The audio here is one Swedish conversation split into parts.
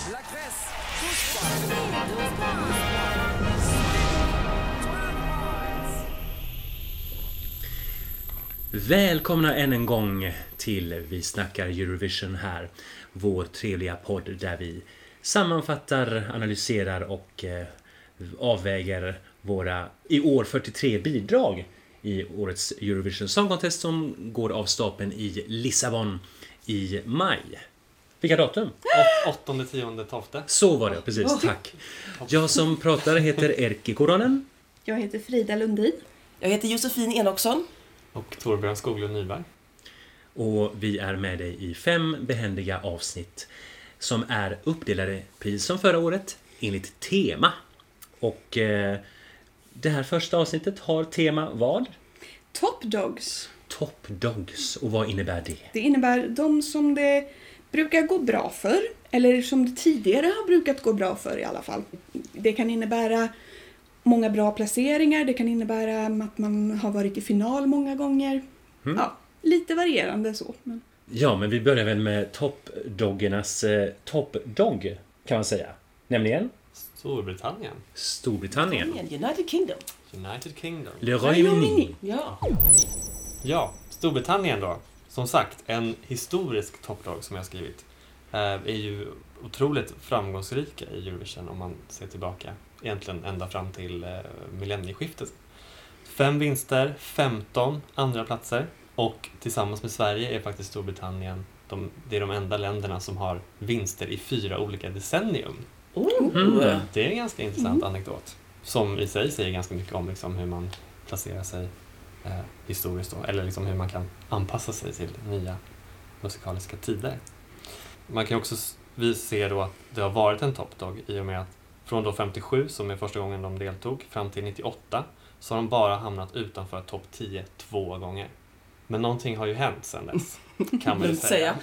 La Grèce, touche pas. Välkomna än en gång till Vi snackar Eurovision här. Vår trevliga podd där vi sammanfattar, analyserar och avväger våra i år 43 bidrag i årets Eurovision Song Contest som går av stapeln i Lissabon i maj. Vilka datum? 8, 10, 12. Så var det, precis, tack. Jag som pratar heter Erkki Koronen. Jag heter Frida Lundin. Jag heter Josefin Enoksson. Och Torbjörn Skoglund Nyberg. Och vi är med dig i 5 behändiga avsnitt som är uppdelade precis som förra året enligt tema. Och det här första avsnittet har tema vad? Top Dogs. Top Dogs. Och vad innebär det? Det innebär de som det brukar gå bra för. Eller som det tidigare har brukat gå bra för i alla fall. Det kan innebära många bra placeringar. Det kan innebära att man har varit i final många gånger. Ja, lite varierande så. Men... Ja, men vi börjar väl med toppdoggernas top dog kan man säga. Nämligen? Storbritannien. United Kingdom. United Kingdom. Le Royaume-Uni. Ja, Storbritannien då. Som sagt, en historisk toppdog som jag har skrivit. Är ju otroligt framgångsrika i Eurovision om man ser tillbaka. Egentligen ända fram till millennieskiftet. 5 vinster, 15 andra platser. Och tillsammans med Sverige är faktiskt Storbritannien det är de enda länderna som har vinster i 4 olika decennium. Det är en ganska intressant anekdot. Som i sig säger ganska mycket om liksom, hur man placerar sig historiskt då, eller liksom hur man kan anpassa sig till nya musikaliska tider. Man kan också se då att det har varit en toppdog i och med att från då 57 som är första gången de deltog fram till 98 så har de bara hamnat utanför topp 10 2 gånger. Men någonting har ju hänt sedan dess, kan man ju säga.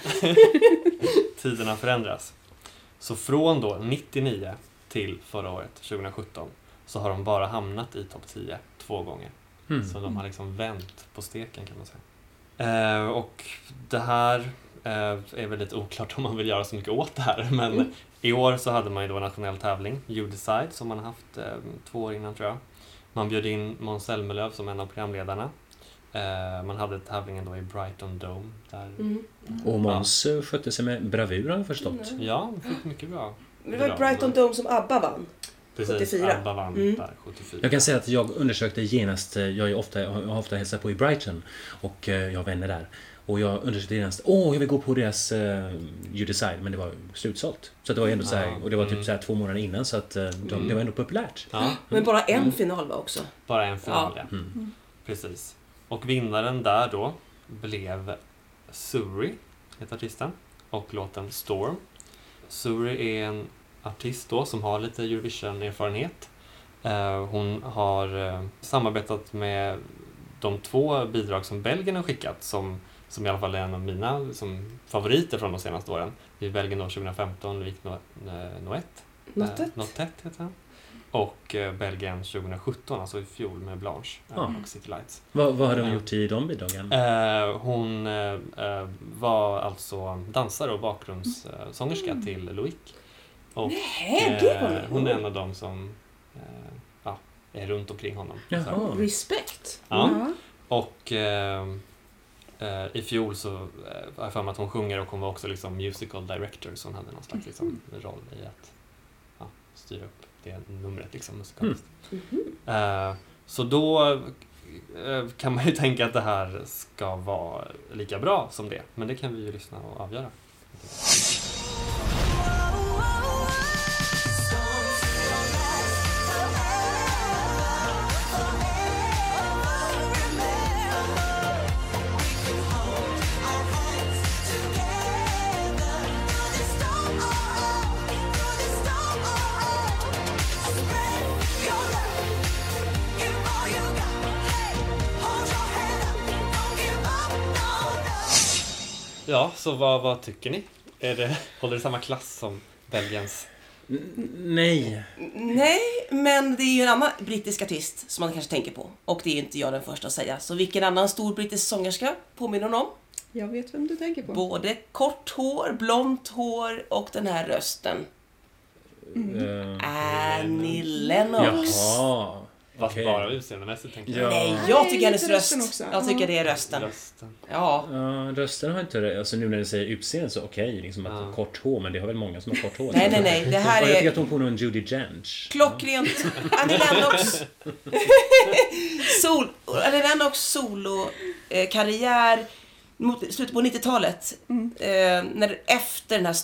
Tiderna förändras. Så från då 99 till förra året, 2017, så har de bara hamnat i topp 10 2 gånger. Så de har liksom vänt på steken kan man säga. Och det här är väl lite oklart om man vill göra så mycket åt det här. Men i år så hade man ju då en nationell tävling, You Decide, som man har haft 2 år innan tror jag. Man bjöd in Måns Zelmerlöw som en av programledarna. Man hade tävlingen då i Brighton Dome. Där, Och Måns skötte sig med bravur har jag förstått. Ja, det fick mycket bra. det var Brighton Dome som ABBA vann. Precis, 74. ABBA vann där 74. Jag kan säga att jag undersökte genast, jag har ofta hälsat på i Brighton och jag har vänner där. Och jag undersökte genast, jag vill gå på deras You Decide, men det var slutsålt. Så det var ändå så här, och det var typ så här 2 månader innan så att det var ändå populärt. Ja. Men bara en final var också. Bara en final, ja. Precis. Och vinnaren där då blev Suri, heter artisten, och låten Storm. Suri är en artist då som har lite Eurovision-erfarenhet. Hon har samarbetat med de 2 bidrag som Belgien har skickat som i alla fall är en av mina favoriter från de senaste åren. I Belgien då 2015, Loïc Notet heter han. Och Belgien 2017, alltså i fjol med Blanche och City Lights. Vad hade hon gjort i de bidragen? Hon var alltså dansare och bakgrundssångerska till Loïc. Och hon är en av dem som är runt omkring honom. Respect. Ja. Och i fjol så har jag för mig att hon sjunger och hon var också liksom musical director, så hon hade någon slags liksom, roll i att styra upp det numret liksom musikaliskt. Så då kan man ju tänka att det här ska vara lika bra som det, men det kan vi ju lyssna och avgöra. Ja, så vad tycker ni? Håller det samma klass som Belgiens? Nej. Nej, men det är ju en annan brittisk artist som man kanske tänker på. Och det är inte jag den första att säga. Så vilken annan stor brittisk sångerska påminner hon om? Jag vet vem du tänker på. Både kort hår, blont hår och den här rösten. Annie Lennox. Jaha. Fast Okej. bara utseendemässigt tänker jag. Ja. Nej, jag tycker Nej, hennes lite röst. rösten också. Jag tycker det är rösten. Rösten. Ja. Ja, rösten har inte... Alltså nu när du säger utseende så okej, liksom att Ja. kort hår, men det har väl många som har kort hår. Nej. Det här Och jag tycker är att hon får nog en Judi Dench. klockrent. Annie Lennox. Annie Lennox solo-karriär mot slutet på 90-talet. När efter den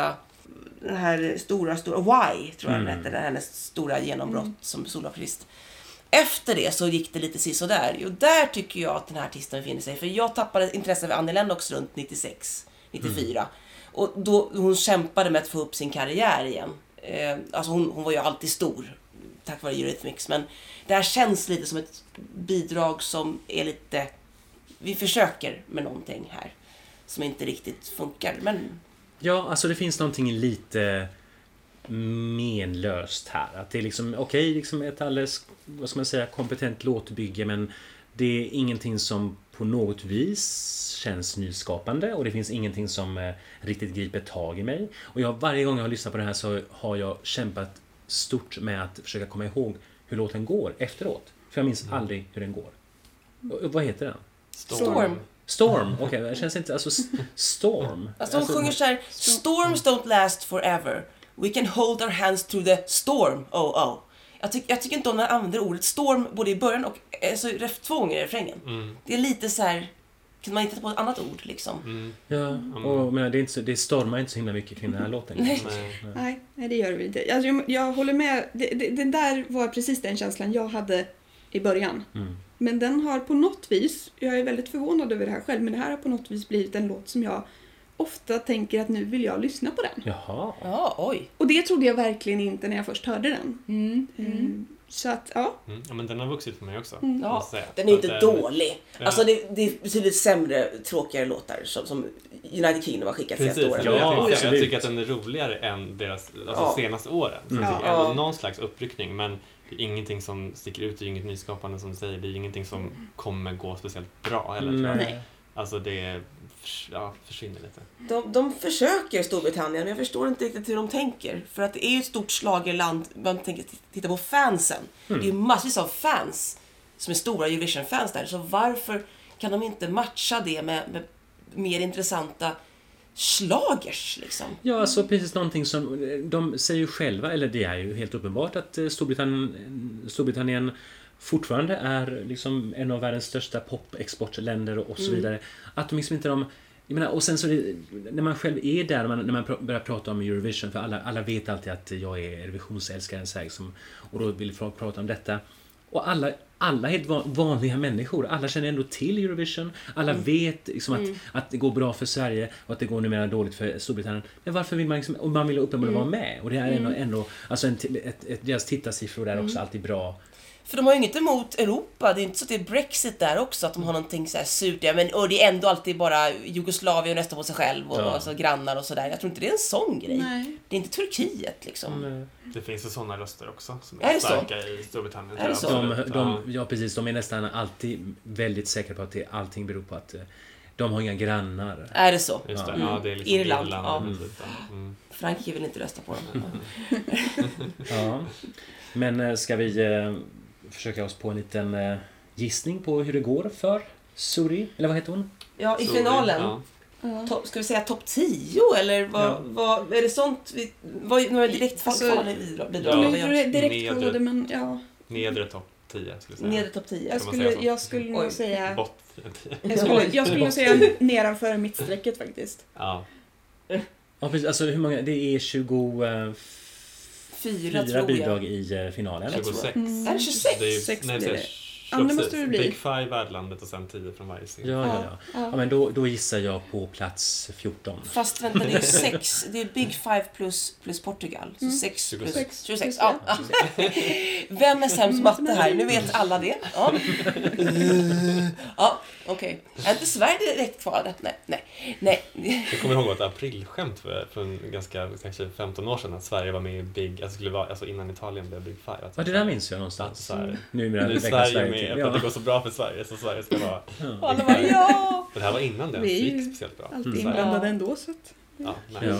här stora Why, tror jag den hette, det här hennes stora genombrott som soloartist. Efter det så gick det lite sisådär. Och där tycker jag att den här artisten befinner sig. För jag tappade intresse för Annie Lennox runt 96, 94. Och då hon kämpade med att få upp sin karriär igen. Alltså hon var ju alltid stor tack vare Eurythmics. Men det här känns lite som ett bidrag som är lite... Vi försöker med någonting här som inte riktigt funkar. Men Ja, alltså det finns någonting lite menlöst här. Att det är liksom, okej, liksom ett alldeles, vad ska man säga, kompetent låtbygge, men det är ingenting som på något vis känns nyskapande, och det finns ingenting som riktigt griper tag i mig. Och varje gång jag har lyssnat på det här så har jag kämpat stort med att försöka komma ihåg hur låten går efteråt. För jag minns aldrig hur den går. Vad heter den? Storm, okej, det känns inte, alltså Storm. alltså hon sjunger så här: Storms don't last forever. We can hold our hands through the storm. Oh. Jag tycker inte om när man använder ordet storm både i början och alltså, två gånger i refrängen. Det är lite så här, kan man inte ta på ett annat ord liksom? Ja, och men det stormar inte så himla mycket kring den här låten. Nej, det gör vi inte. Alltså, jag håller med. Det där var precis den känslan jag hade i början. Men den har på något vis, jag är väldigt förvånad över det här själv, men det här har på något vis blivit en låt som jag ofta tänker att nu vill jag lyssna på den. Jaha. Ja, oj. Och det trodde jag verkligen inte när jag först hörde den. Så att, ja. Ja, men den har vuxit för mig också. Ja, måste jag säga. den är inte Att, dålig. Alltså det är betydligt sämre, tråkigare låtar som United Kingdom har skickat Precis, senaste åren. Ja, jag absolut. tycker att den är roligare än deras senaste åren. Så jag tycker Ja. ändå någon slags uppryckning, men det är ingenting som sticker ut, det är inget nyskapande som du säger, det är ingenting som kommer gå speciellt bra heller, tror jag. Nej. Alltså det försvinner lite. De försöker Storbritannien, men jag förstår inte riktigt hur de tänker. För att det är ju ett stort schlagerland, man tänker titta på fansen. Det är ju massvis av fans som är stora Eurovision-fans där. Så varför kan de inte matcha det med mer intressanta schlagers liksom? Ja, alltså precis någonting som de säger ju själva, eller det är ju helt uppenbart att Storbritannien fortfarande är liksom en av världens största popexportländer och så vidare. Att de liksom inte jag menar, och sen så när man själv är där, när man börjar prata om Eurovision, för alla vet alltid att jag är Eurovisionsälskaren så här, och då vill folk prata om detta. Och alla helt vanliga människor, alla känner ändå till Eurovision, alla vet liksom att det går bra för Sverige och att det går numera dåligt för Storbritannien. Men varför vill man liksom, och man vill uppenbarligen vara med, och det är ändå alltså deras tittarsiffror är också alltid bra. För de har ju inget emot Europa. Det är inte så att det är Brexit där också, att de har någonting så här surt. Ja, men det är ändå alltid bara Jugoslavien och nästan på sig själv och alltså grannar och sådär. Jag tror inte det är en sån grej. Nej. Det är inte Turkiet liksom. Det finns ju sådana röster också som Är är det så? starka i Storbritannien. Är det så? Ja, precis. De är nästan alltid väldigt säkra på att allting beror på att de har inga grannar. Är det så? Just det. Ja, det är liksom Irland, Frankrike vill inte rösta på dem. Ja. Men ska vi försöka oss på en liten gissning på hur det går för Suri? Eller vad heter hon? Ja, i finalen. Ja. Ska vi säga topp 10? Eller vad är det sånt? Vad är direkt Alltså, bidrag? De är direkt kallade, men ja. Nedre topp 10 skulle jag säga. Nedre topp 10. Jag skulle nog säga... Bort 10. Jag skulle nog säga nedanför mittstrecket faktiskt. Ja. Ja, precis. Alltså hur många? Det är 24 bidrag i finalen. 26. Är det 26? Det är, 6 nej, blir det. precis. Ja, det måste det bli. Big Five värdlandet och sen 10 från varje scen. Ja, men då gissar jag på plats 14. Fast vänta, det är 6. Det är Big Five plus Portugal. Så 6 plus 26. Ja. Vem är sämst matte här? Nu vet alla det. Ja, ja, okej. Är inte Sverige direkt kvar? Nej. Jag kommer ihåg ett aprilskämt för en ganska kanske 15 år sedan att Sverige var med i Big, alltså skulle vara, alltså innan Italien blev Big Five. Ja, det där minns jag någonstans. Nu är Sverige med, för att det går så bra för Sverige, så Sverige ska vara... Alla bara, ja! Det här var innan det Vi är gick ju speciellt bra. alltid inblandade ändå, så att... Ja, nice. Ja.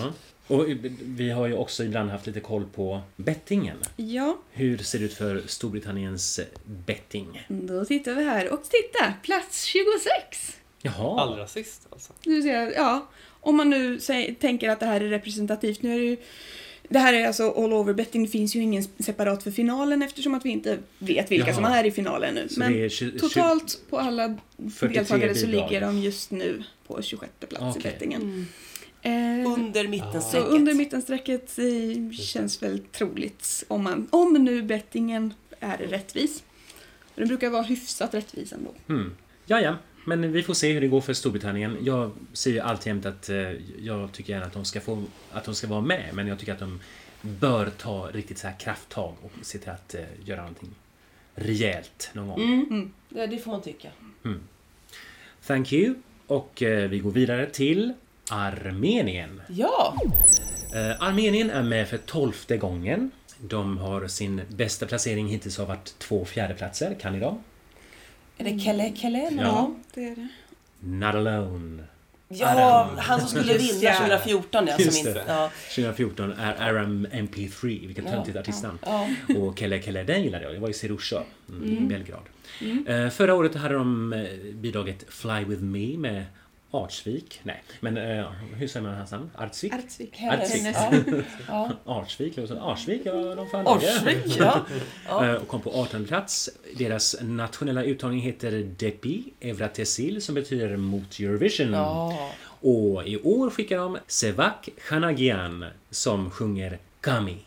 Och vi har ju också ibland haft lite koll på bettingen. Ja, Hur ser det ut för Storbritanniens betting? då tittar vi här. Och titta, plats 26. Jaha. Allra sist alltså. Du ser, ja, om man nu tänker att det här är representativt. Nu är det ju, det här är alltså all over betting. Det finns ju ingen separat för finalen eftersom att vi inte vet vilka Jaha. som är i finalen nu. Så Men det är totalt på alla 43 deltagare så bidrag. ligger de just nu på 26 plats i Okej. bettingen. Under Så mittenstrecket. under mittenstrecket känns väl troligt om nu bettingen är rättvis. Den brukar vara hyfsat rättvis ändå. Ja, men vi får se hur det går för Storbritannien. Jag säger alltjämt att jag tycker gärna att de ska vara med, men jag tycker att de bör ta riktigt så här krafttag och se till att göra någonting rejält någon gång. Ja, det får man tycka. Thank you. Och vi går vidare till Armenien. Ja, Armenien är med för 12:e gången. De har sin bästa placering hittills har varit 2 fjärdeplatser. Kan ni dem? är det Kelle? Ja. Det är det. Not alone. Ja, han som skulle vinna 2014. Ja, Just som inte, det. ja. 2014 är Aram MP3, vilket töntigt artistnamn. Ja. Och Kelle, den gillade jag. Det var i Sirusha, Belgrad. Förra året hade de bidraget Fly With Me med Artsvik. Nej, men hur säger man hans namn? Artsvik? Artsvik. Artsvik. Ja. Artsvik, Arsvik, ja, de fan Arsvik, ja. Och kom på 18 plats. Deras nationella uttagning heter Depi Evratesil som betyder mot Eurovision. Ja. Och i år skickar de Sevak Khanagian som sjunger Kami.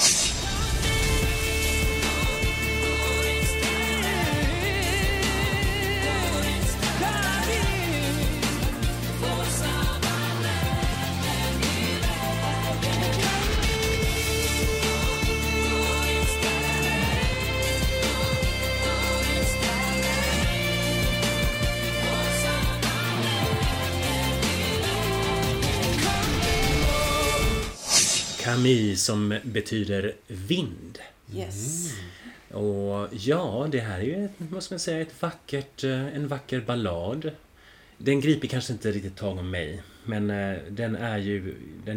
Kami som betyder vind. Yes. Och ja, det här är ju vad ska man säga, en vacker ballad. Den griper kanske inte riktigt tag om mig, men den är ju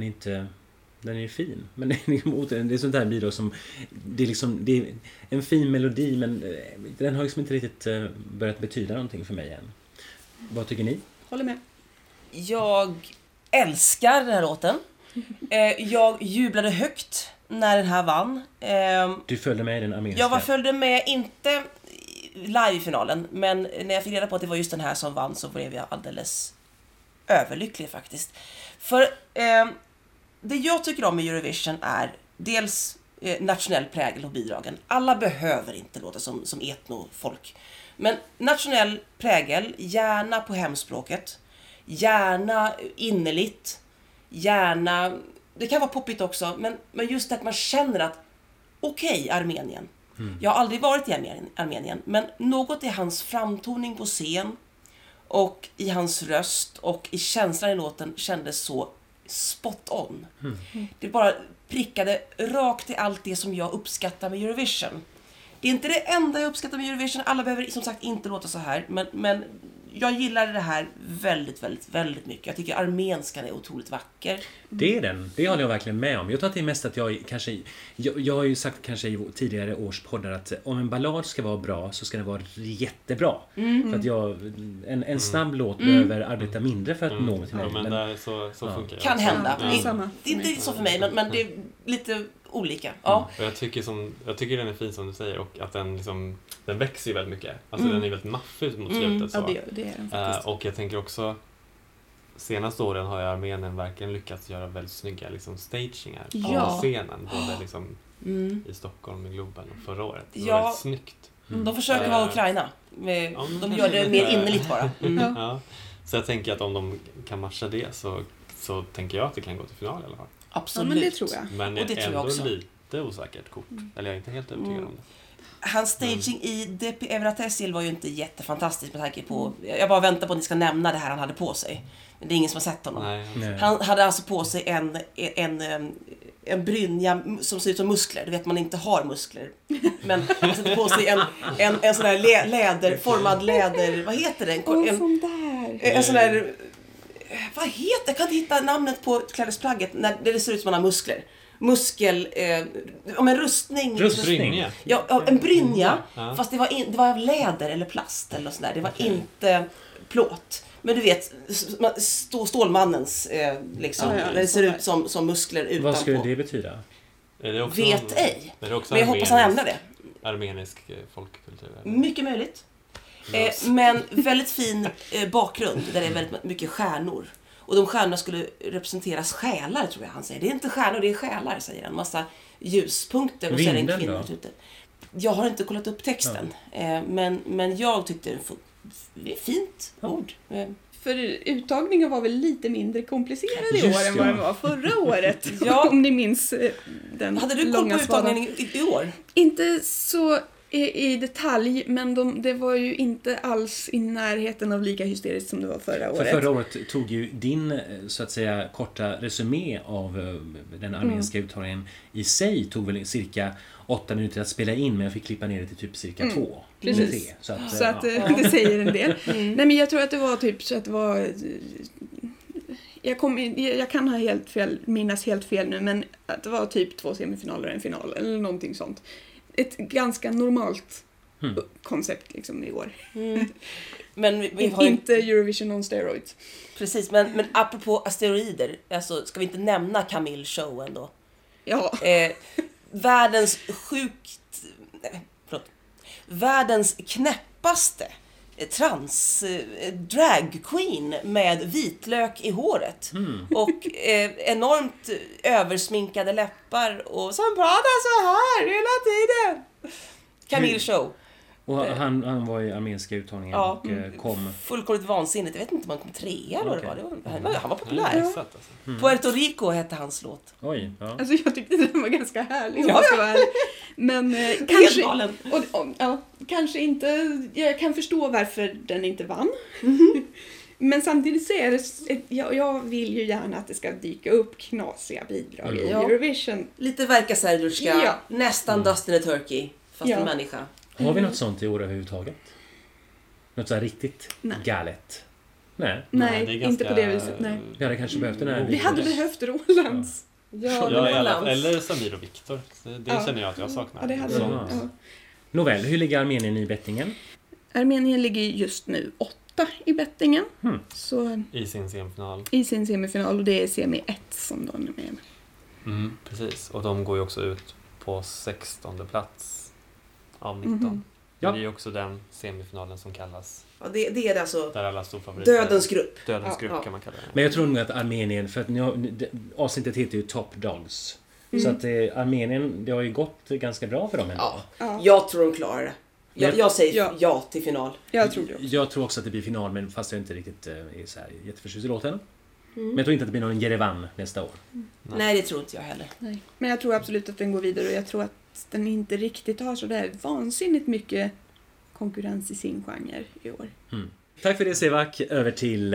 fin. Men det är sånt där bidrag som det är en fin melodi, men den har liksom inte riktigt börjat betyda någonting för mig än. Vad tycker ni? Håller med. Jag älskar den här låten. Jag jublade högt när den här vann. Du följde med i den armeniska? Jag följde med, inte live i finalen, men när jag fick reda på att det var just den här som vann så blev jag alldeles överlycklig faktiskt. För det jag tycker om i Eurovision är dels nationell prägel och bidragen. Alla behöver inte låta som etnofolk. Men nationell prägel, gärna på hemspråket, gärna innerligt, gärna, det kan vara poppigt också, men just att man känner att okej, Armenien. Jag har aldrig varit i Armenien, men något i hans framtoning på scen och i hans röst och i känslan i låten kändes så spot on. Det bara prickade rakt i allt det som jag uppskattar med Eurovision. Det är inte det enda jag uppskattar med Eurovision. Alla behöver som sagt inte låta så här, men jag gillar det här väldigt, väldigt, väldigt mycket. Jag tycker armenskan är otroligt vacker. Det är den. Det håller jag verkligen med om. Jag tror att det är mest att jag har ju sagt kanske i tidigare års poddar att om en ballad ska vara bra så ska den vara jättebra. För att en snabb låt behöver arbeta mindre för att nå till mig. Ja, men där, så funkar det. Kan hända. Ja. Det är inte så för mig, men det är lite olika. Ja. Och jag tycker den är fin som du säger, och att den växer ju väldigt mycket. Alltså den är väldigt maffig mot slutet. Så. Ja, det är den faktiskt. Och jag tänker också, senaste åren har ju Armenien verkligen lyckats göra väldigt snygga stagingar Ja. på scenen. Både i Stockholm med Globen och förra året. Det var Ja. väldigt snyggt. De försöker vara Ukraina. De gör det mer innerligt bara. Ja. Så jag tänker att om de kan matcha det så tänker jag att det kan gå till final i alla fall. Absolut. Ja, men det tror jag. Men Och det tror jag ändå också. lite osäkert kort. Eller jag är inte helt övertygad om det. Hans staging i Depi Evratesil var ju inte jättefantastisk med tanke på... Jag bara väntar på att ni ska nämna det här han hade på sig. Men det är ingen som har sett honom. Nej. Han hade alltså på sig en brynja som ser ut som muskler. Du vet, man inte har muskler. Men han sätter på sig en sån här formad läder... Vad heter det? Sån där. En sån där... Vad heter, jag kan inte hitta namnet på klädesplagget när det ser ut som man har muskler. Om en rustning. Brynja. Ja, en brynja. Ja. Fast det var av läder eller plast eller sådär. Det var inte plåt. Men du vet, Stålmannens liksom. När det ser ut som muskler utanpå. Vad skulle det betyda? Är det också Vet ej. Är det också Men jag hoppas han ändrar det. Armenisk folkkultur? Eller? Mycket möjligt. Men väldigt fin bakgrund där det är väldigt mycket stjärnor. Och de stjärnorna skulle representeras själar, tror jag han säger. Det är inte stjärnor, det är själar, säger han. Massa ljuspunkter och så är det en kvinna då? ute. Jag har inte kollat upp texten. Men jag tyckte det är fint ord. För uttagningen var väl lite mindre komplicerad i Just år än vad den var förra året. Ja. Om ni minns den Hade du koll långa på uttagningen i år? Inte så i detalj, men det var ju inte alls i närheten av lika hysteriskt som det var förra året. För förra året tog ju din, så att säga, korta resumé av den armeniska uttagningen i sig tog väl cirka 8 minuter att spela in, men jag fick klippa ner det till typ cirka 2. Precis. 3. Så att Det säger en del. Nej, men jag tror att det var typ så att det var... Jag kan ha minnas helt fel nu, men att det var typ 2 semifinaler och en final eller någonting sånt. Ett ganska normalt koncept liksom i år. Men vi har Inte Eurovision on steroids. Precis, men apropå asteroider, alltså, ska vi inte nämna Camille Show ändå? Ja. Världens knäppaste drag queen med vitlök i håret och enormt översminkade läppar och som pratar så här hela tiden. Camille Show. Och han var i armeniska uttagningen och kom... Fullkomligt vansinnigt. Jag vet inte om han kom 3 eller vad det var. Han var populär. Alltså. Puerto Rico hette hans låt. Oj, ja. Alltså jag tyckte den var ganska härlig. Ja. Men Helt galen. kanske inte... Jag kan förstå varför den inte vann. Men samtidigt så är det... Jag vill ju gärna att det ska dyka upp knasiga bidrag i Eurovision. Lite Verka Serdushka. Ja. Nästan Dustin the Turkey. Fast en människa. Har vi något sånt i år överhuvudtaget? Något så här riktigt galet? Nej. Nej, det är inte på det viset. Nej. Vi hade kanske behövt den här... Vi hade behövt Rolands. Eller Samir och Viktor. Det känner jag att jag saknar. Ja, det hade Ja. ja. Nåväl, hur ligger Armenien i bettingen? Armenien ligger just nu 8 i bettingen. Så I sin semifinal. i sin semifinal, och det är semi 1 som de är med. Precis, och de går ju också ut på 16:e plats av 19. Ja. Det är ju också den semifinalen som kallas, Ja, det är alltså där alla storfavoriter. Dödens grupp. Dödens grupp Ja. kan man kalla det. Men jag tror nog att Armenien, för att avsnittet heter ju Top Dogs. Så att Armenien, det har ju gått ganska bra för dem ändå. Ja. Jag tror de klarar det. Jag säger ja till final. Jag tror det också. Jag tror också att det blir final, men fast jag inte riktigt är så här jätteförtjust i låten. Men jag tror inte att det blir någon Jerevan nästa år. Nej, det tror inte jag heller. Nej. Men jag tror absolut att den går vidare, och jag tror att den inte riktigt har så där vansinnigt mycket konkurrens i sin genre i år. Tack för det, Sevak. Över till...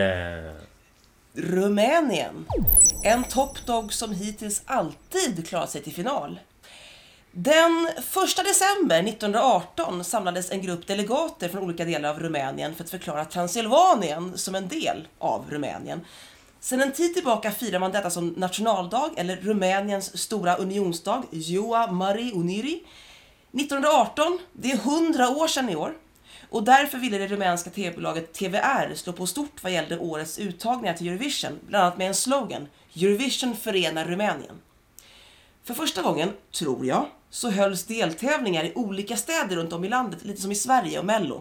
Rumänien. En toppdog som hittills alltid klarat sig till final. Den 1 december 1918 samlades en grupp delegater från olika delar av Rumänien för att förklara Transylvanien som en del av Rumänien. Sedan en tid tillbaka firar man detta som nationaldag, eller Rumäniens stora unionsdag, Ziua Mare Uniri. 1918, det är 100 år sedan i år. Och därför ville det rumänska tv-bolaget TVR slå på stort vad gällde årets uttagningar till Eurovision, bland annat med en slogan: Eurovision förenar Rumänien. För första gången, tror jag, så hölls deltävlingar i olika städer runt om i landet, lite som i Sverige och Mello.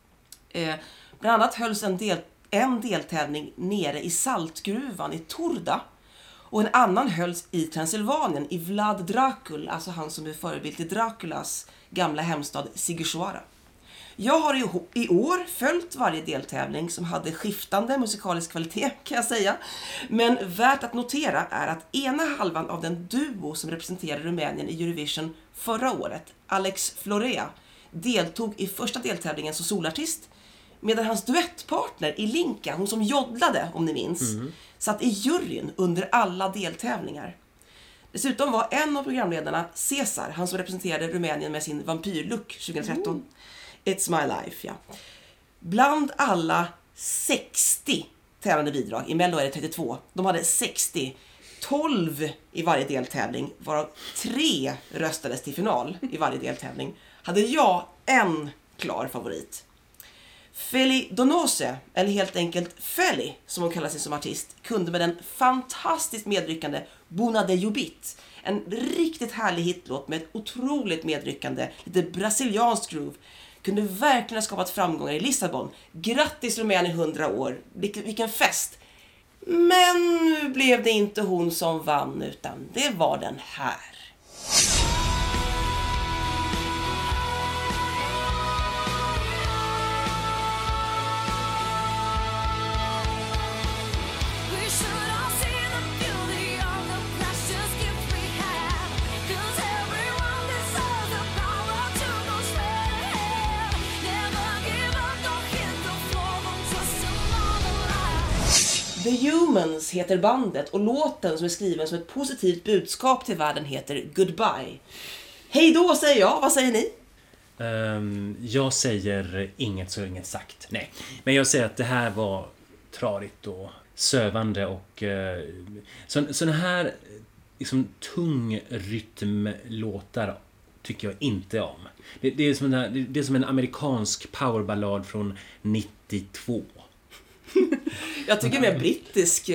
Bland annat hölls en deltävling nere i saltgruvan i Turda, och en annan hölls i Transylvanien i Vlad Dracul, alltså han som är förebild till Draculas gamla hemstad Sighisoara. Jag har i år följt varje deltävling som hade skiftande musikalisk kvalitet, kan jag säga. Men värt att notera är att ena halvan av den duo som representerade Rumänien i Eurovision förra året, Alex Florea, deltog i första deltävlingen som solartist, medan hans duettpartner Ilinka, hon som joddlade om ni minns, satt i juryn under alla deltävlingar. Dessutom var en av programledarna Cesar, han som representerade Rumänien med sin vampyrlook 2013. It's my life, ja. Bland alla 60 tävlande bidrag. I Mello är det 32. De hade 60. 12 i varje deltävling, varav 3 röstades till final i varje deltävling. Hade jag en klar favorit. Feli Donose, eller helt enkelt Feli som hon kallar sig som artist, kunde med den fantastiskt medryckande Buna de Jubit, en riktigt härlig hitlåt med ett otroligt medryckande, lite brasiliansk groove, kunde verkligen ha skapat framgångar i Lissabon. Grattis Rumänien 100 år, vilken fest! Men nu blev det inte hon som vann, utan det var den här. We should all see the beauty of the precious gift we have. 'Cause everyone deserves the power to go straight ahead. Never give up, don't hit the floor, don't trust another lie. The Humans heter bandet och låten som är skriven som ett positivt budskap till världen heter Goodbye. Hej då säger jag, vad säger ni? Jag säger inget så inget sagt. Nej. Men jag säger att det här var tradigt och sövande och såna här liksom tung rytmlåtar tycker jag inte om. Det är som en amerikansk powerballad från 92. Jag tycker mer brittisk,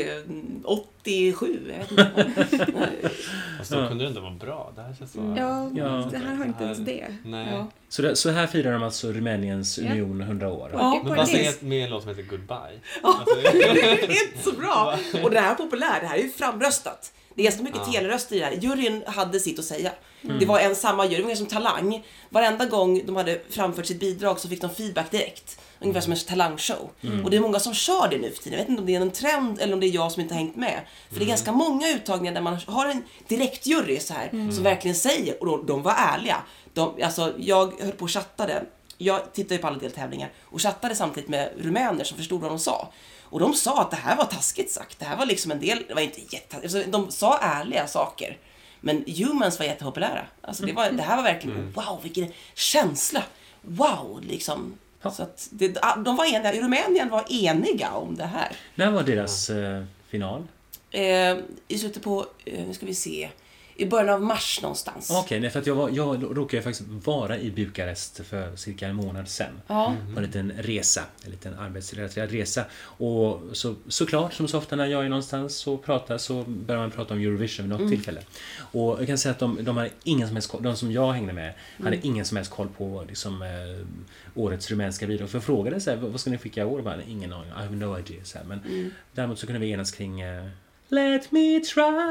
87, jag vet inte. Fast då kunde det inte vara bra. Det här känns så... Ja, det här har inte ens det. Nej. Ja. Så här firar de alltså Rumäniens union 100 år. Ja, Men vad säger med en låt som heter Goodbye? Det är inte så bra. Och det här är populärt, det här är ju framröstat. Det är ganska mycket teleröster i det här. Juryn hade sitt att säga. Det var en samma jury, ungefär som Talang. Varenda gång de hade framfört sitt bidrag så fick de feedback direkt. Ungefär som en talangshow. Och det är många som kör det nu för tiden. Jag vet inte om det är en trend eller om det är jag som inte har hängt med. För det är ganska många uttagningar där man har en direktjury så här, som verkligen säger, och de var ärliga. Alltså, jag höll på och chattade. Jag tittade ju på alla deltävlingar och chattade samtidigt med rumäner som förstod vad de sa. Och de sa att det här var taskigt sagt. Det här var liksom en del, det var inte alltså, de sa ärliga saker. Men Humans var jättepopulära. Alltså det här var verkligen, wow, vilken känsla. Wow, liksom. Ja. Så att de var eniga, Rumänien var eniga om det här. När var deras final? I slutet på, nu ska vi se, i början av mars någonstans. Okej, för att jag råkade faktiskt vara i Bukarest för cirka en månad sedan. Ja. På en liten resa, en liten arbetsrelaterad resa. Och såklart, som så ofta när jag är någonstans och pratar så börjar man prata om Eurovision vid något tillfälle. Och jag kan säga att de hade ingen som helst koll, de som jag hängde med hade ingen som helst koll på liksom, årets rumänska bidrag. För jag frågade så här, vad ska ni skicka i år? Bara, ingen aning, I have no idea. Så här. Men däremot så kunde vi enas kring let me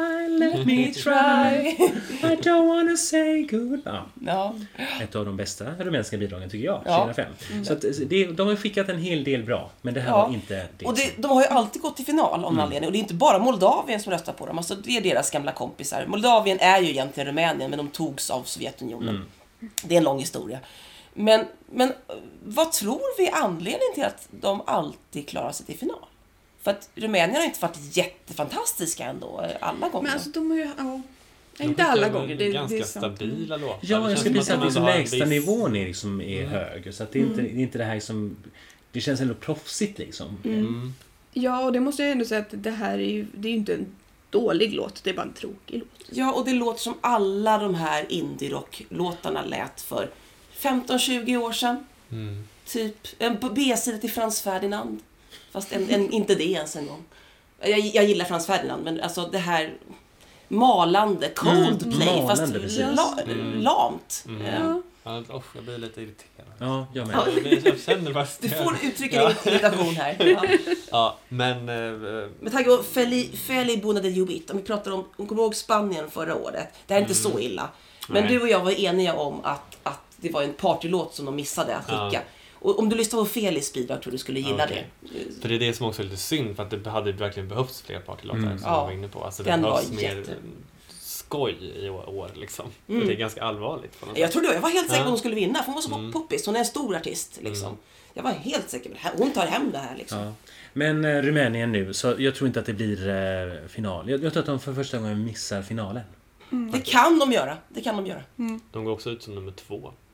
try I don't wanna say goodbye. Ja. Ett av de bästa rumänska bidragen tycker jag, Ja. 2005. Så att de har skickat en hel del bra, men det här Ja. var inte det. Och de har ju alltid gått till final om anledning. Och det är inte bara Moldavien som röstar på dem. Alltså det är deras gamla kompisar. Moldavien är ju egentligen Rumänien, men de togs av Sovjetunionen. Det är en lång historia. Men vad tror vi är anledningen till att de alltid klarar sig till final? För att Rumänien har inte varit jättefantastiska ändå, alla gånger. Men alltså de har ju, De inte alla skickar gånger. ganska det är sant. stabila låtar. Ja, Det jag känns skulle som säga att de liksom har en lägsta viss- nivån är, liksom, är hög. Så att det är inte det här som... Det känns ändå proffsigt liksom. Ja, och det måste jag ändå säga att det här är ju inte en dålig låt, det är bara en tråkig låt. Ja, och det låter som alla de här indie-rock-låtarna lät för 15-20 år sedan. Typ en B-sida till Frans Ferdinand. Fast inte det ens en gång. Jag gillar Frans Ferdinand, men alltså det här malande Coldplay, fast malande, precis. lamt. Ja. Ja, jag blir lite irriterad. Ja, jag med. Jag känner bara... Du får uttrycka din irritation här. Ja. Ja, men... Med tanke på Feli Buna de Jubit, om vi pratar om kommer ihåg Spanien förra året. Det här är inte så illa. Men Nej. du och jag var eniga om att det var en partylåt som de missade att skicka. Ja. Och om du lyssnar på Felis bidrag tror du skulle gilla Okej. det. För det är det som också är lite synd, för att det hade verkligen behövts fler partylåtar som Ja. jag var inne på. Alltså det Den var behövs mer jätte- skoj i år liksom. För det är ganska allvarligt på något Jag trodde jag var helt säker på Ja. att hon skulle vinna, för hon var så poppis. Hon är en stor artist liksom. Jag var helt säker på det här. Hon tar hem det här liksom. Ja. Men Rumänien nu, så jag tror inte att det blir final. Jag tror att de för första gången missar finalen. Det kan de göra. Det kan de göra. De går också ut som nummer 2.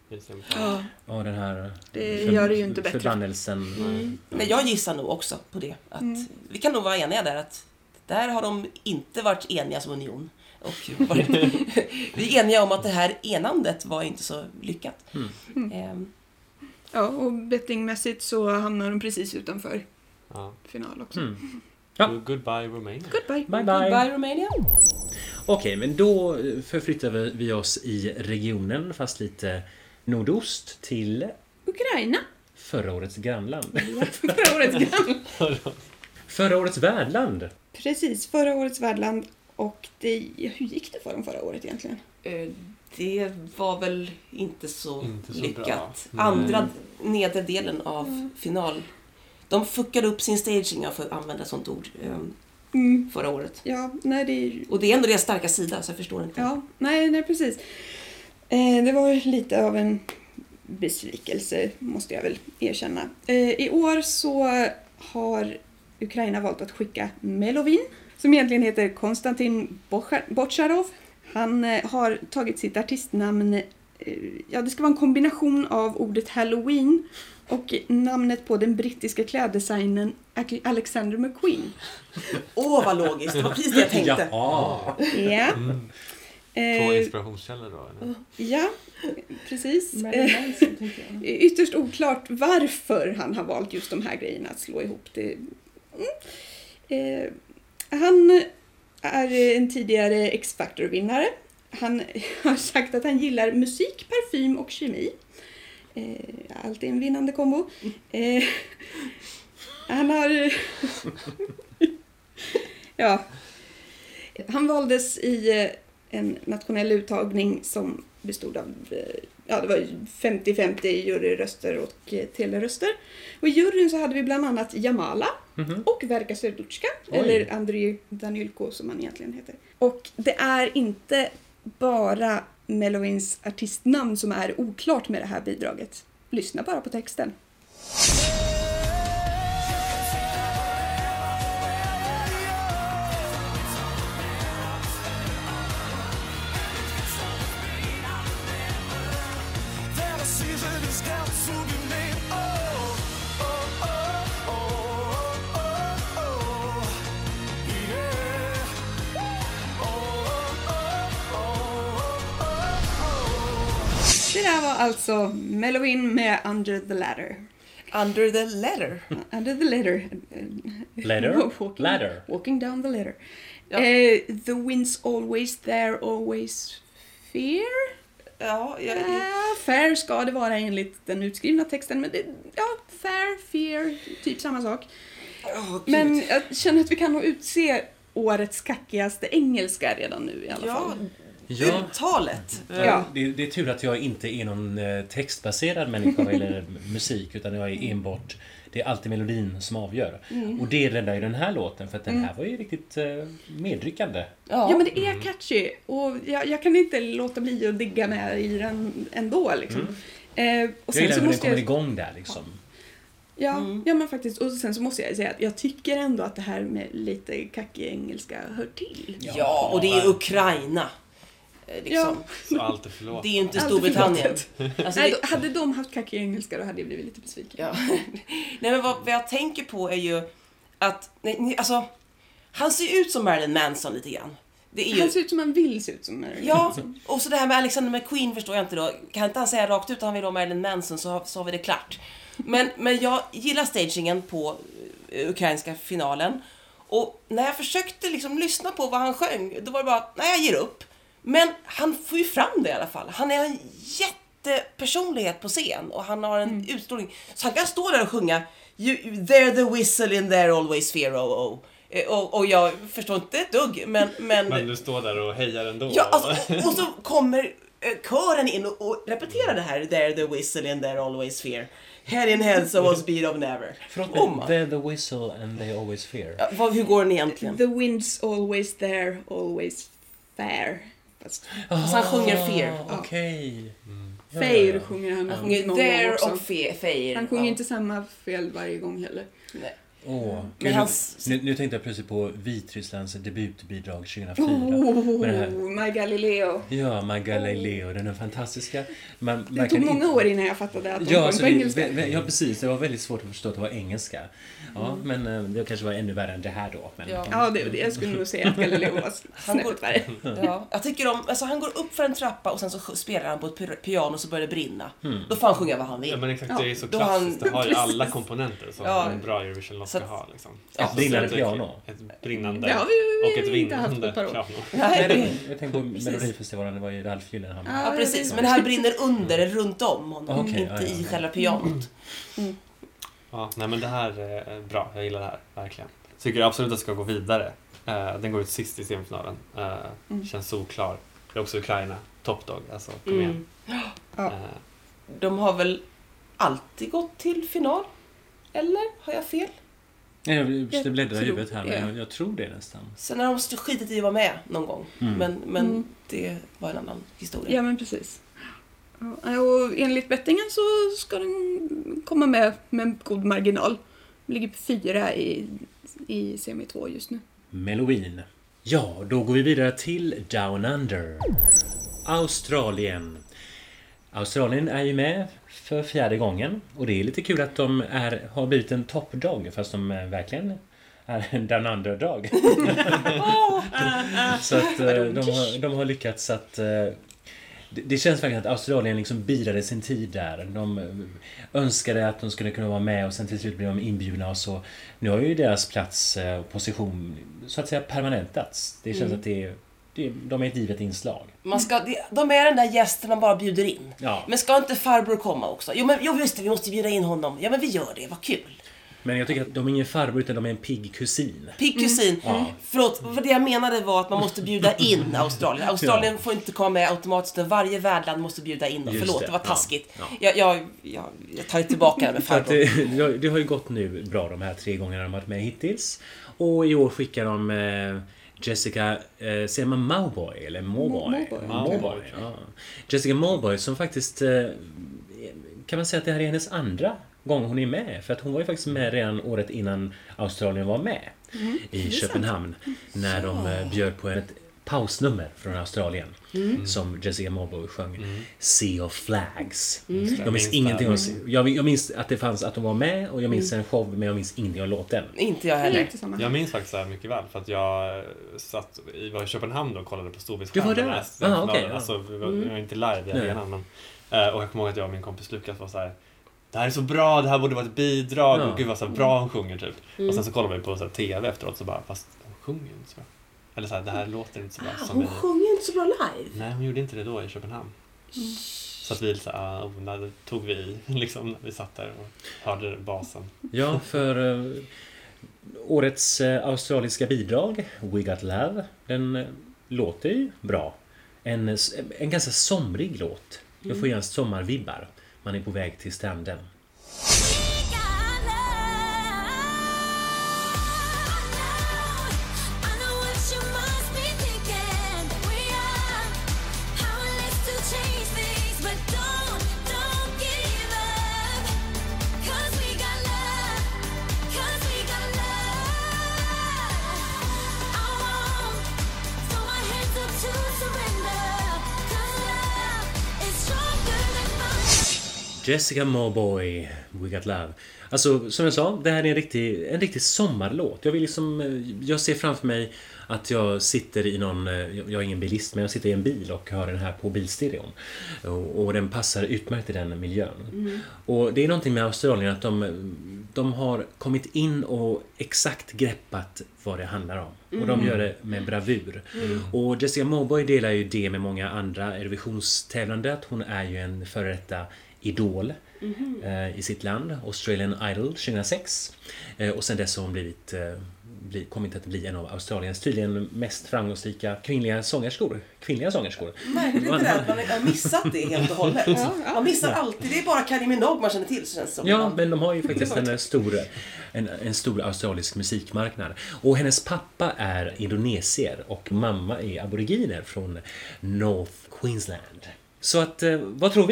Ja, Ja, den här det gör det ju inte bättre. förbannelsen. Men jag gissar nog också på det. Att vi kan nog vara eniga där att där har de inte varit eniga som union. Och vi är eniga om att det här enandet var inte så lyckat. Ja, och bettingmässigt så hamnar de precis utanför final också. Ja. Goodbye Romania. Goodbye. Bye bye. Goodbye Romania. Okej, men då förflyttar vi oss i regionen, fast lite nordost, till Ukraina. förra årets grannland. Förra årets grann. Förra årets värdland. Precis, förra årets värdland. Och hur gick det för dem förra året egentligen? Det var väl inte så Inte så lyckat. bra. Andra nedre delen av final. De fuckade upp sin staging, jag får använda sånt ord, förra året. Ja, nej det är ju... Och det är ändå deras starka sida, så jag förstår inte. Ja, nej precis. Det var lite av en besvikelse, måste jag väl erkänna. I år så har Ukraina valt att skicka Melovin, som egentligen heter Konstantin Bocharov. Han har tagit sitt artistnamn, det ska vara en kombination av ordet Halloween och namnet på den brittiska kläddesignern Alexander McQueen. Åh, vad logiskt. Det var precis det jag tänkte. Jaha. Ja. På inspirationskällor då? Eller? Ja, precis. Ytterst oklart varför han har valt just de här grejerna att slå ihop det. Han är en tidigare X-Factor-vinnare. Han har sagt att han gillar musik, parfym och kemi. Alltid en vinnande kombo. Han har... Han valdes i en nationell uttagning som bestod av det var 50-50 juryröster och teleröster. Och i juryn så hade vi bland annat Jamala och Verka Serduchka, eller Andrei Danilko som han egentligen heter. Och det är inte bara Melovins artistnamn som är oklart med det här bidraget. Lyssna bara på texten. Det där var alltså Melovin med Under the Ladder. Under the letter. Under the ladder. Walking down the ladder. Ja. The wind's always there, always fear. Ja, Fair ska det vara enligt den utskrivna texten, men fair, fear, typ samma sak. Men jag känner att vi kan nog utse årets kackigaste engelska redan nu i alla fall. Uttalet. Ja. Det är tur att jag inte är någon textbaserad människa eller musik, utan jag är enbart, det är alltid melodin som avgör. Och det räddar ju den här låten, för att den här var ju riktigt medryckande. Ja, men det är catchy och jag kan inte låta bli att digga med i den ändå liksom. Och Jag gillar hur den kommer igång där liksom. Ja, men faktiskt. Och sen så måste jag säga att jag tycker ändå att det här med lite kackig engelska hör till. Ja, och det är Ukraina. Liksom. Så allt är förlåt. Det är ju inte Storbritannien. Alltså, Nej, hade de haft kackig engelska då hade jag blivit lite besviken. Ja. Nej, men vad jag tänker på är ju att alltså, han ser ut som Marilyn Manson lite grann. Det är ju... Han ser ut som han vill se ut som Marilyn Manson. Och så det här med Alexander McQueen förstår jag inte då. Kan inte han säga rakt ut att han vill ha Marilyn Manson, så har vi det klart. Men jag gillar stagingen på ukrainska finalen. Och när jag försökte liksom lyssna på vad han sjöng, då var det bara, nej, jag ger upp. Men han får ju fram det i alla fall. Han är en jättepersonlighet på scen och han har en utstrålning. Så han kan stå där och sjunga They're the whistle in there always fear, oh, oh. Och jag förstår inte ett dugg, men du står där och hejar ändå. Ja, alltså, och så kommer kören in och repeterar det här They're the whistle in there always fear. Head in head so was beat of never. They're the whistle and they always fear. Ja, hur går den egentligen? The wind's always there, always fair. Fast han sjunger fear. Okej. fair sjunger han. Han sjunger någon there gång också. och fear. Han sjunger inte samma fel varje gång heller. Nej. Åh, Men gud, hans- nu tänkte jag plötsligt på Vitrysslands debutbidrag 2004. Med det här. My Galileo. Ja, Galileo, den är fantastiska. Det tog många år innan jag fattade att de Ja, sjöng alltså på engelska. ja, precis. Det var väldigt svårt att förstå att det var engelska. Ja, men det kanske var ännu värre än det här då. Men, Ja. Ja, jag skulle nog säga att Galileo var snäppet värre. Ja, jag tycker om, alltså han går upp för en trappa och sen så spelar han på ett piano och så börjar det brinna. Då får han sjunga vad han vill. Ja, men exakt, det är så Då klassiskt. han- Det har ju alla komponenter som Ja. en bra Eurovision-låt Så ska att- ha. Liksom. Ja. Ett brinnande piano. Ett brinnande Det har vi och ett inte haft på vinnande ett par år. piano. Nej, det, Jag tänkte på Melodifestivalen, det var ju Ralf Gyllenhammar. ja, precis. Men det här brinner under, runt om honom, Okej, inte ja, ja. i själva pianot. Ja, nej men det här är bra. Jag gillar det här, verkligen. Tycker absolut att det ska gå vidare. Den går ut sist i semifinalen. Känns solklar. Det är också Ukraina. Top dog, alltså kom igen. Ja. De har väl alltid gått till final? Eller? Har jag fel? Jag bläddrar i tror huvudet här, men det. jag tror det nästan. Sen har de skitit i att vara med någon gång. Men det var en annan historia. Ja, men precis. Ja, och enligt bettingen så ska den komma med en god marginal. Den ligger på 4 i semi 2 just nu. Meloin. Ja, då går vi vidare till Down Under. Australien. Australien är ju med för 4:e gången. Och det är lite kul att de har blivit en toppdag, fast de verkligen är en Down Under-dag. Så att de har lyckats att... Det känns verkligen att Australien liksom bidade sin tid där. De önskade att de skulle kunna vara med och sen till slut blev de inbjudna och så. Nu har ju deras plats och position så att säga permanentats. Det känns att de är ett givet inslag. De är den där gästen man bara bjuder in. Ja. Men ska inte farbror komma också? Jo just det, vi måste bjuda in honom. Ja men vi gör det, vad kul. Men jag tycker att de är ingen farbror utan de är en pigg kusin. Pigg kusin. Förlåt, för det jag menade var att man måste bjuda in Australien. Australien får inte komma med automatiskt. Varje värdland måste bjuda in dem. Just Förlåt, det. det var taskigt. Ja. Jag tar tillbaka det med För att farbror. det har ju gått nu bra de här 3 gångerna de har varit med hittills. Och i år skickar de Jessica, säger man Mauboy eller Mauboy? Mauboy. Ja. Jessica Mauboy som faktiskt kan man säga att det här är hennes andra gång hon är med. För att hon var ju faktiskt med redan året innan Australien var med i Köpenhamn. När de bjöd på ett pausnummer från Australien som Jessica Mauboy sjöng Sea of Flags. Jag minns ingenting om... Jag minns att det fanns att de var med och jag minns en show men jag minns ingenting av låten. Inte jag heller. Inte samma. Jag minns faktiskt det här mycket väl för att jag var i Köpenhamn och kollade på Du Storbildsskärmen. var där? Okej, ja. Alltså, vi var inte live i arenan. Men, och jag kommer ihåg att jag och min kompis Lukas var så här: det här är så bra, det här borde vara ett bidrag. Ja. Och gud vad så bra hon sjunger typ. Och sen så kollade vi på så här, TV efteråt så bara, fast hon sjunger inte så bra. Eller så här, det här låter inte så bra som Hon vi... sjunger inte så bra live. Nej, hon gjorde inte det då i Köpenhamn. Så att vi så här, när tog vi i, liksom, när vi satt där och hörde basen. Ja, för årets australiska bidrag We Got Love, den låter ju bra. En ganska somrig låt. Jag får gärna sommarvibbar. Man är på väg till stranden. Jessica Mauboy, We Got Love. Alltså, som jag sa, det här är en riktig sommarlåt. Jag ser framför mig att jag sitter i någon... Jag är ingen bilist, men jag sitter i en bil och hör den här på bilstereon. Och den passar utmärkt i den miljön. Och det är någonting med Australien att de har kommit in och exakt greppat vad det handlar om. Och de gör det med bravur. Och Jessica Mauboy delar ju det med många andra Eurovisionstävlande, att hon är ju en före detta idol i sitt land, Australian Idol 2006. Och sen dess har hon kommit att bli en av Australiens tydligen mest framgångsrika kvinnliga sångerskor. Märkligt det där att man har missat det helt och hållet. Man missar alltid, det är bara Kylie Minogue man känner till så känns det som. Ja, men de har ju faktiskt en stor australisk musikmarknad. Och hennes pappa är indonesier och mamma är aboriginer från North Queensland. Så att, vad tror vi?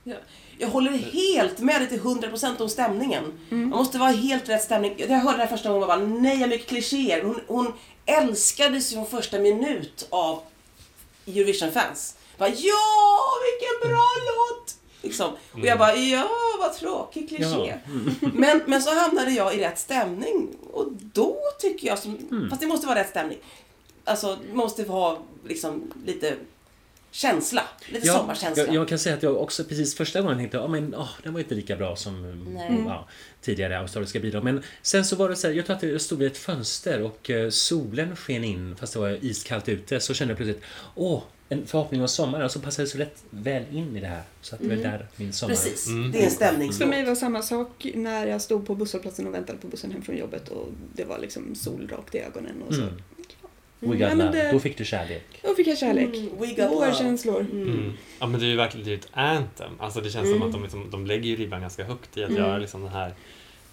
Jag håller helt med dig till 100% om stämningen. Man måste vara helt rätt stämning. Jag hörde det här första gången och bara, nej, jag mycket klichéer. Hon älskades från första minut av Eurovision-fans. Bara, ja, vilken bra låt! Liksom. Och jag bara, ja, vad tråkig kliché. Men så hamnade jag i rätt stämning. Och då tycker jag, fast det måste vara rätt stämning. Alltså, det måste ha liksom lite känsla, lite sommarkänsla. Jag kan säga att jag också precis första gången tänkte, den var inte lika bra som tidigare australiska bidrag. Men sen så var det så här, jag tror att det stod vid ett fönster och solen sken in fast det var iskallt ute, så kände jag plötsligt, en förhoppning om sommaren, och så passade det så rätt väl in i det här. Så att det var där min sommar. Precis, det är en stämning. För mig var samma sak när jag stod på busshållplatsen och väntade på bussen hem från jobbet och det var liksom sol rakt i ögonen och så. We got love. Då fick du kärlek. Då fick jag kärlek. We got love. Vårkänslor. Ja, men det är ju verkligen ett anthem. Alltså det känns som att de lägger ju ribban ganska högt i att göra liksom den här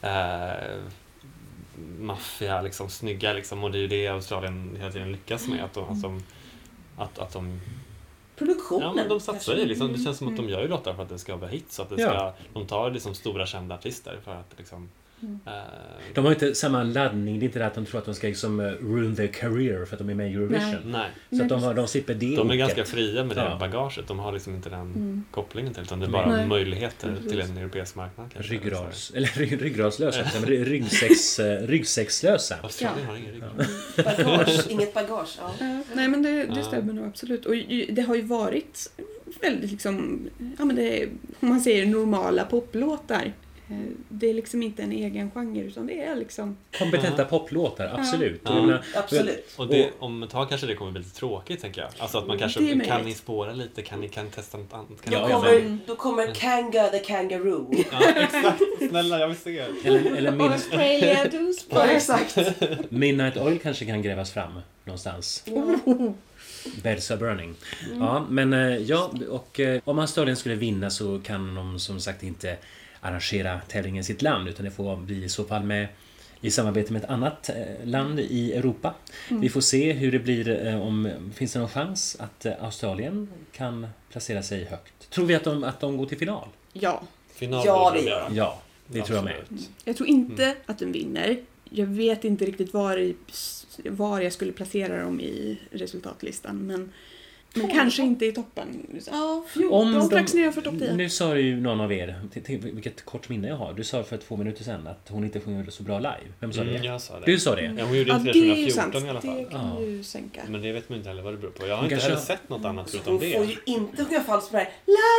maffia, liksom, snygga liksom, och det är ju det Australien hela tiden lyckas med, att de Produktionen. Ja, men de satsar ju liksom, det känns som att de gör ju låtar för att det ska vara hit, så att det ska, de tar liksom stora kända artister för att liksom de har inte samma laddning, det är inte det att de tror att de ska liksom ruin their career för att de är med i Eurovision. Nej. Så att de slipper det. De är ganska fria med det bagaget, de har liksom inte den kopplingen till, utan det är bara möjligheter till en europeisk marknad. Ryggradslösa, ryggsäckslösa. Australien har ingen rygg. Bagage, inget bagage. Ja. Nej, men det stämmer nog absolut. Och det har ju varit väldigt liksom, men det är, om man säger normala poplåtar. Det är liksom inte en egen genre, utan det är liksom kompetenta poplåtar, absolut. Absolut. Och det, om ett tag kanske det kommer bli lite tråkigt, tänker jag. Alltså att man kanske kan ni spåra lite, kan ni testa något annat. Då kommer Kanga the Kangaroo. Ja, exakt. Snälla, jag vill se. Eller Australia do Ja, exakt. Midnight Oil kanske kan grävas fram någonstans. Beds are burning. Ja, men och om Australien skulle vinna så kan de som sagt inte arrangera tävlingen i sitt land, utan det får bli i så fall med i samarbete med ett annat land i Europa. Vi får se hur det blir, om finns det någon chans att Australien kan placera sig högt. Tror vi att de går till final? Ja. Final Ja, det gör de. Ja, det tror jag med. Jag tror inte att den vinner. Jag vet inte riktigt var jag skulle placera dem i resultatlistan, men kanske inte i toppen. Ja, 14 strax nedanför topp 10. Nu sa ju någon av er, vilket kort minne jag har. Du sa för 2 minuter sedan att hon inte sjunger så bra live. Vem sa det? Jag sa det. Du sa det? Ja, hon gjorde inte det 2014 i alla fall. Det kan ju sänka. Men det vet man inte heller vad det beror på. Jag har inte heller sett något annat förutom det. Hon får ju inte sjunga falskt på det här.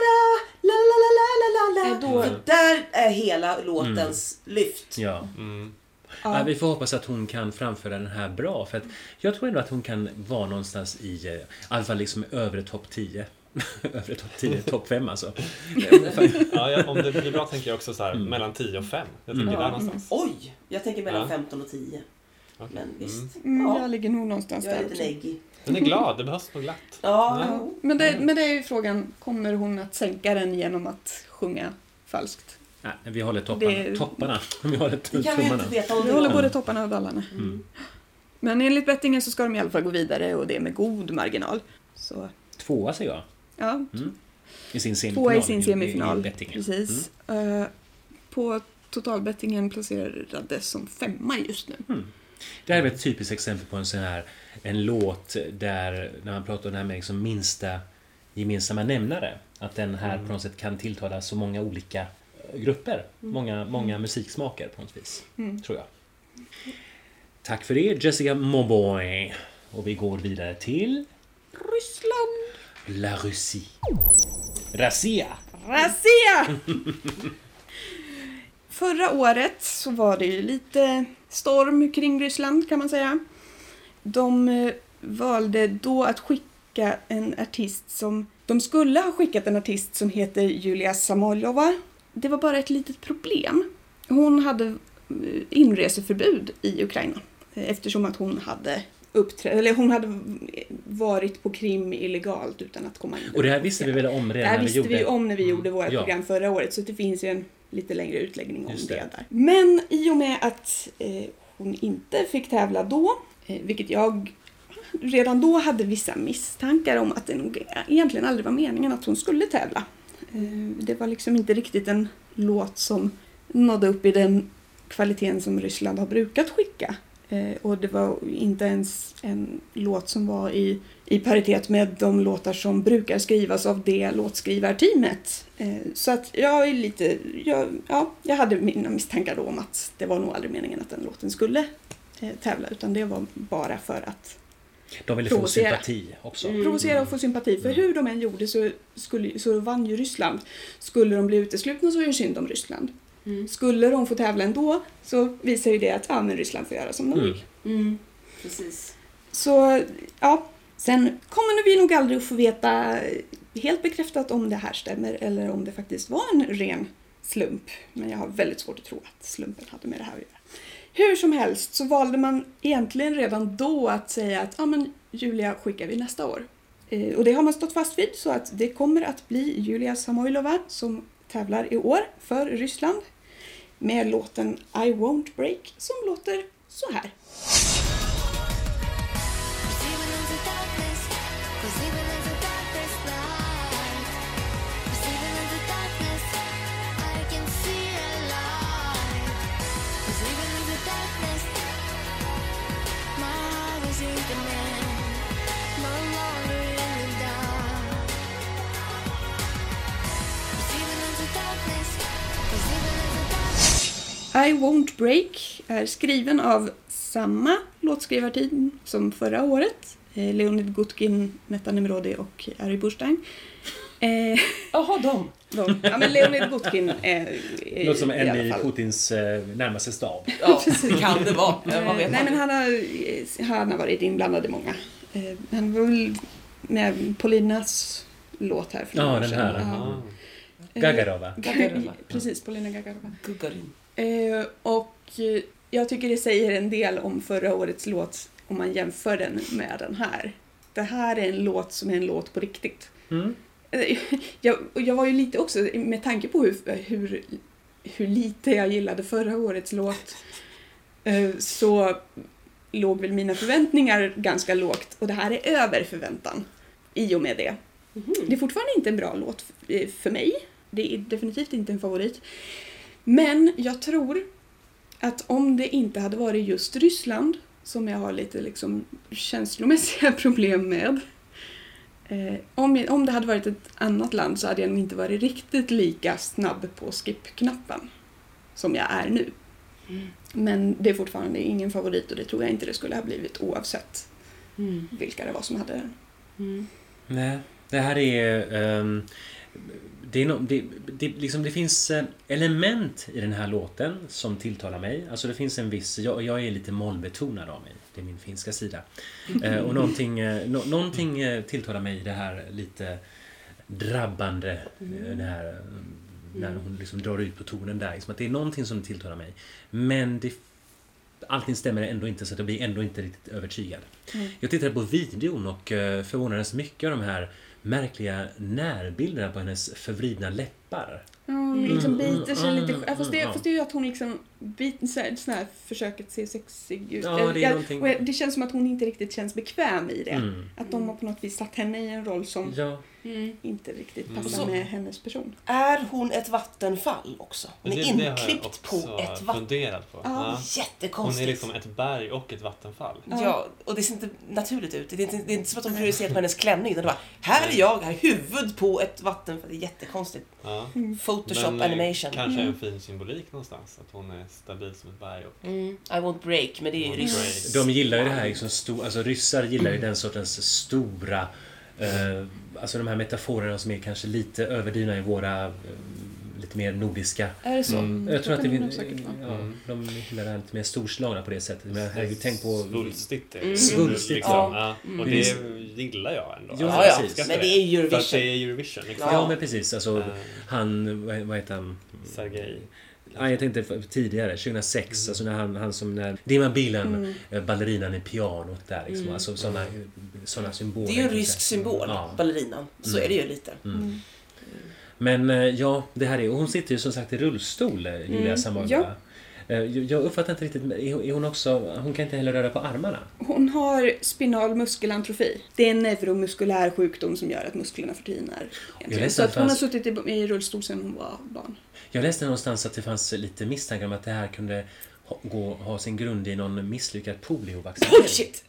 La-da, för där är hela låtens lyft. Ja. Ja, vi får hoppas att hon kan framföra den här bra, för att jag tror ändå att hon kan vara någonstans i alla fall liksom övre topp 10. Övre topp 10, topp 5 alltså. Ja, om det blir bra tänker jag också så här, mellan 10 och 5. Jag tänker där någonstans. Oj, jag tänker mellan 15 och 10. Okay. Men visst. Jag ligger nog någonstans Jag är där lite också. neggig. Den är glad, det behövs nog glatt. Ja. Men det är ju frågan, kommer hon att sänka den genom att sjunga falskt? Nej, vi håller topparna. Vi håller Det kan vi ju inte veta om vi håller både topparna och dallarna. Men enligt bettingen så ska de i alla fall gå vidare, och det är med god marginal. Så 2 säger jag. ja. I sin semifinal. 2 i sin semifinal. I Precis. På totalbettingen placerades som 5 just nu. Det här är ett typiskt exempel på en låt där, när man pratar om det här med liksom minsta gemensamma nämnare, att den här på något sätt kan tilltala så många olika grupper, många musiksmaker på något vis, tror jag. Tack för det, Jessica Mauboy. Och vi går vidare till Ryssland. La Russie. Razia. Förra året så var det ju lite storm kring Ryssland, kan man säga. De valde då att skicka en artist som... De skulle ha skickat en artist som heter Julia Samoylova. Det var bara ett litet problem. Hon hade inreseförbud i Ukraina eftersom att hon hade hon hade varit på Krim illegalt utan att komma in. Och det här visste vi väl om redan när vi gjorde... Det visste vi om när vi gjorde våra program förra året, så det finns ju en lite längre utläggning om det där. Men i och med att hon inte fick tävla då, vilket jag redan då hade vissa misstankar om att det nog egentligen aldrig var meningen att hon skulle tävla. Det var liksom inte riktigt en låt som nådde upp i den kvaliteten som Ryssland har brukat skicka. Och det var inte ens en låt som var i paritet med de låtar som brukar skrivas av det låtskrivarteamet. Så att jag är lite... Jag hade mina misstankar då om att det var nog aldrig meningen att den låten skulle tävla, utan det var bara för att De ville provocera. få sympati också. Provocera och få sympati. För hur de än gjorde så vann ju Ryssland. Skulle de bli uteslutna så är det synd om Ryssland. Skulle de få tävla ändå så visar ju det att men Ryssland får göra som de vill. Precis. Så ja, sen kommer vi nog aldrig att få veta helt bekräftat om det här stämmer eller om det faktiskt var en ren slump. Men jag har väldigt svårt att tro att slumpen hade med det här att göra. Hur som helst så valde man egentligen redan då att säga att men Julia skickar vi nästa år. Och det har man stått fast vid, så att det kommer att bli Julia Samoilova som tävlar i år för Ryssland med låten I Won't Break som låter så här. I Won't Break är skriven av samma låtskrivarteam som förra året. Leonid Gutkin, Metta Nemrodi och Ari Burstein. Jaha, de. Ja, men Leonid Gutkin är Låter som i en alla i fall. Putins närmaste stab. Ja, det kan det vara. Vad vet Nej, man? men han har varit inblandad i många. Han var väl med Polinas låt här för några år Den sedan. här. Ja. Gagarova. Gagarova. Precis, Polina Gagarova. Gagarin. Och jag tycker det säger en del om förra årets låt om man jämför den med den här. Det här är en låt som är en låt på riktigt. Jag var ju lite också, med tanke på hur lite jag gillade förra årets låt, så låg väl mina förväntningar ganska lågt. Och det här är över förväntan i och med det. Det är fortfarande inte en bra låt för mig. Det är definitivt inte en favorit. Men jag tror att om det inte hade varit just Ryssland, som jag har lite liksom känslomässiga problem med. Om det hade varit ett annat land så hade jag nog inte varit riktigt lika snabb på skip-knappen som jag är nu. Men det är fortfarande ingen favorit och det tror jag inte det skulle ha blivit oavsett vilka det var som hade den. Nej, det här är... Det finns element i den här låten som tilltalar mig. Alltså det finns en viss... Jag är lite mollbetonad av mig. Det är min finska sida. Och någonting tilltalar mig i det här lite drabbande. Det här, när hon liksom drar ut på tonen där. Liksom att det är någonting som tilltalar mig. Men allting stämmer ändå inte, så att jag blir ändå inte riktigt övertygad. Jag tittade på videon och förvånades mycket av de här märkliga närbilderna på hennes förvridna läppar. Ja, liksom biter sig lite. Fast det är ju att hon liksom sån här försöker se sexig ut. Ja, det är någonting. Och det känns som att hon inte riktigt känns bekväm i det. Att de har på något vis satt henne i en roll som inte riktigt passar med hennes person. Är hon ett vattenfall också? Hon är inklippt på ett vatten. Funderat på. Ja. Jättekonstigt. Hon är liksom ett berg och ett vattenfall. Ja, och det ser inte naturligt ut. Det är inte som att de projicerar på hennes klänning. Utan det bara, här är jag, här huvud på ett vattenfall. Det är jättekonstigt. Ja. Photoshop Men, animation. Kanske en fin symbolik någonstans. Att hon är stabil som ett berg. Och... I won't break, men det är ju ryskt. De gillar ju det här liksom alltså ryssar gillar ju den sortens stora alltså de här metaforerna som är kanske lite överdrivna i våra lite mer nordiska. Är det så? Jag tror att de de gillar det här lite mer storslagna på det sättet. Men herregud, tänk på svulstigt. Svulstigt, liksom. ja. Och det gillar jag ändå. Ja, precis. Men det är Eurovision. För att det är Eurovision. Liksom. Ja, men precis. Alltså, han, vad heter han? Sergej. Ja, jag tänkte tidigare, 2006, alltså när Dima Bilen, ballerinan i pianot där liksom, alltså såna symboler. Det är ju en rysk symbol, ballerinan. Så är det ju lite. Men ja, det här är, och hon sitter ju som sagt i rullstol, Julia Samoilova. Jag uppfattar inte riktigt, är hon också, hon kan inte heller röra på armarna? Hon har spinal muskelantrofi. Det är en neuromuskulär sjukdom som gör att musklerna förtvinar. Så att hon har suttit i rullstol sedan hon var barn. Jag läste någonstans att det fanns lite misstankar om att det här kunde ha sin grund i någon misslyckad poliovaccinering. Bullshit!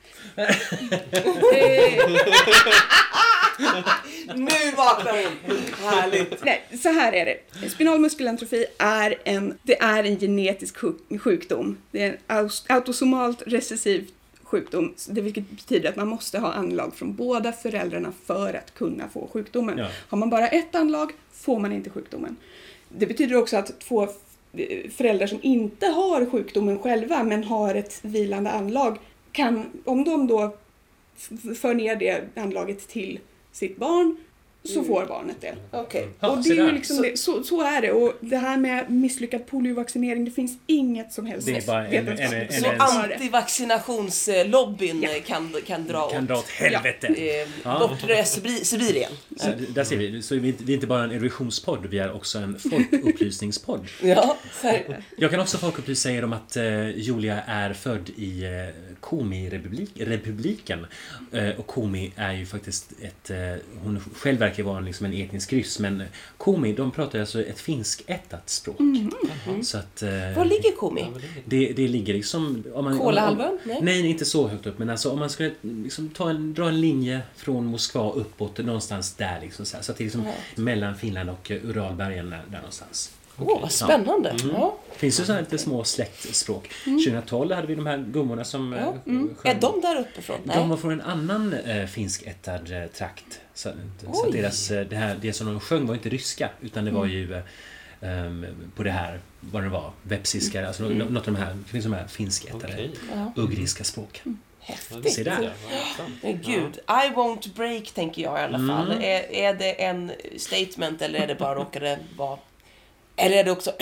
Nu vaknar hon! Härligt! Nej, så här är det. Spinal muskelantrofi är en genetisk sjukdom. Det är en autosomalt recessiv sjukdom. Det vilket betyder att man måste ha anlag från båda föräldrarna för att kunna få sjukdomen. Ja. Har man bara ett anlag får man inte sjukdomen. Det betyder också att två föräldrar som inte har sjukdomen själva men har ett vilande anlag kan, om de då för ner det anlaget till sitt barn, så får barnet det. Okej. Och det är ju liksom det, så är det. Och det här med misslyckad poliovaccinering, det finns inget som helst. Det är bara Så antivaccinationslobbyn kan dra åt helvete. Bort Sibirien. Så, där ser vi. Så vi är inte bara en erosionspodd, vi är också en folkupplysningspodd. Ja, jag kan också folkupplysa er om att Julia är född i Komi-republiken. Och Komi är ju faktiskt hon själv verkar vara liksom en etnisk ryss, men Komi, de pratar alltså ett finskättat språk. Så att, var ligger Komi? Det ligger liksom... Kolahalvön? Nej, inte så högt upp, men alltså om man skulle liksom dra en linje från Moskva uppåt någonstans där liksom, så att det är liksom mellan Finland och Uralbergen där någonstans. Vad spännande. Ja. Finns det så här lite små släktspråk. 2012 hade vi de här gummorna som Är de där uppifrån? Nej. De var från en annan finskättad trakt. Så att det som de sjöng var inte ryska, utan det var ju på det här, vad det var, vepsiska, alltså något av de här, det finns de här finskättade ugriska språk. Häftigt. Se där. Men gud, I won't break tänker jag i alla fall. Är det en statement eller är det bara råkade vara... Eller är det också...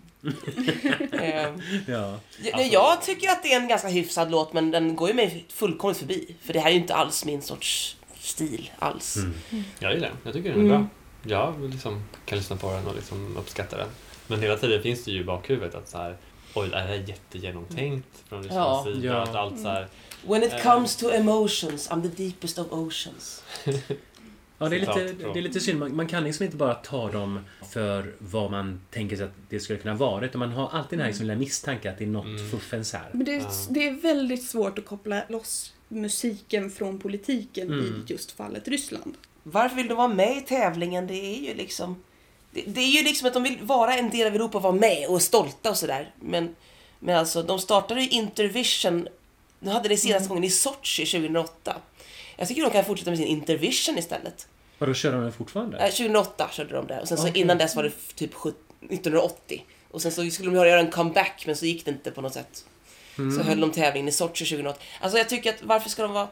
Jag tycker att det är en ganska hyfsad låt, men den går ju mig fullkomligt förbi. För det här är ju inte alls min sorts stil alls. Jag gillar den. Jag tycker den är bra. Jag liksom kan lyssna på den och liksom uppskatta den. Men hela tiden finns det ju i bakhuvudet att så här, oj, det här är jättegenomtänkt från Rysslands sida. Att allt så här, when it comes to emotions, I'm the deepest of oceans. Ja, det är lite synd. Man kan liksom inte bara ta dem för vad man tänker sig att det skulle kunna vara. Utan man har alltid den här liksom lilla misstanken att det är något fuffens här. Men det är väldigt svårt att koppla loss musiken från politiken i just fallet Ryssland. Varför vill de vara med i tävlingen? Det är ju liksom... Det är ju liksom att de vill vara en del av Europa och vara med och är stolta och sådär. Men alltså, de startade ju Intervision... De hade det senaste gången i Sochi 2008. Jag tycker de kan fortsätta med sin Intervision istället. Vadå, kör de den fortfarande? 2008 körde de det. Och sen så innan dess var det typ 1980. Och sen så skulle de göra en comeback, men så gick det inte på något sätt. Så höll de tävlingen i Sochi 2008. Alltså jag tycker att varför ska de vara...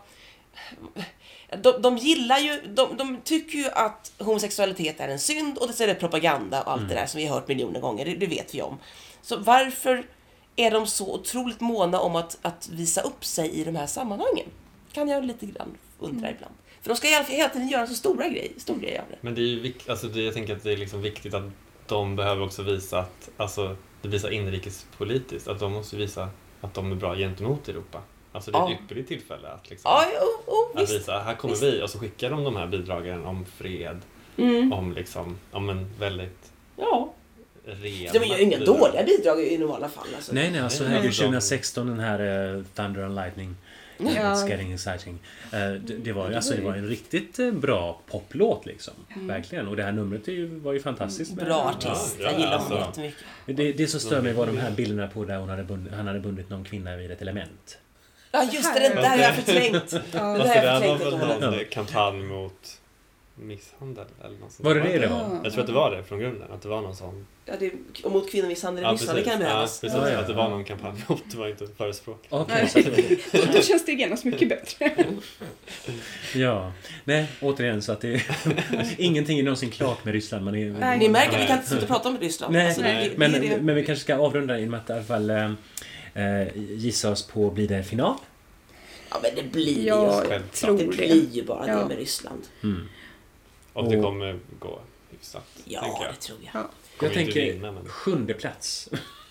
De gillar ju... De tycker ju att homosexualitet är en synd och det är propaganda och allt det där som vi har hört miljoner gånger. Det vet vi om. Så varför är de så otroligt måna om att visa upp sig i de här sammanhangen? Kan jag lite grann undra ibland. För de ska i alla fall hela tiden göra en så stor grej av det. Men det är ju jag tänker att det är liksom viktigt att de behöver också visa att, alltså det visar inrikespolitiskt, att de måste visa att de är bra gentemot Europa. Alltså det är ett ypperligt tillfälle att liksom att visa, här kommer vi, och så skickar de här bidragen om fred, om liksom, om en väldigt ren... De gör ju inga dåliga bidrag i normala fall. Alltså. Nej, alltså här 2016 den här Thunder and Lightning. It's getting exciting. Det var en riktigt bra poplåt liksom. Verkligen. Och det här numret var ju fantastiskt. Bra artist. Jag gillar honom jättemycket. Det som stör mig var de här bilderna på där han hade bundit någon kvinna vid ett element. Ja, just det. Den där har jag förträngt. Det var väl någon kampanj mot misshandel eller något sånt. Var det var? Jag tror att det var det från grunden. Att det var någon sån... Ja, och mot kvinnomisshandel och misshandel kan behövas. Ja, precis. Att det var någon kampanj mot, det var inte ett förespråk. Då känns det genast mycket bättre. Ja, nej, återigen så att det ingenting är någonsin klart med Ryssland. Ni märker att vi kan inte sluta prata om Ryssland. Nej, alltså, men vi kanske ska avrunda i och med att i alla fall gissa oss på, blir det final? Ja, men det blir ju. Jag tror det blir ju bara det med Ryssland. Och det kommer gå hyfsat. Ja, det tror jag. Jag tänker 7:e plats.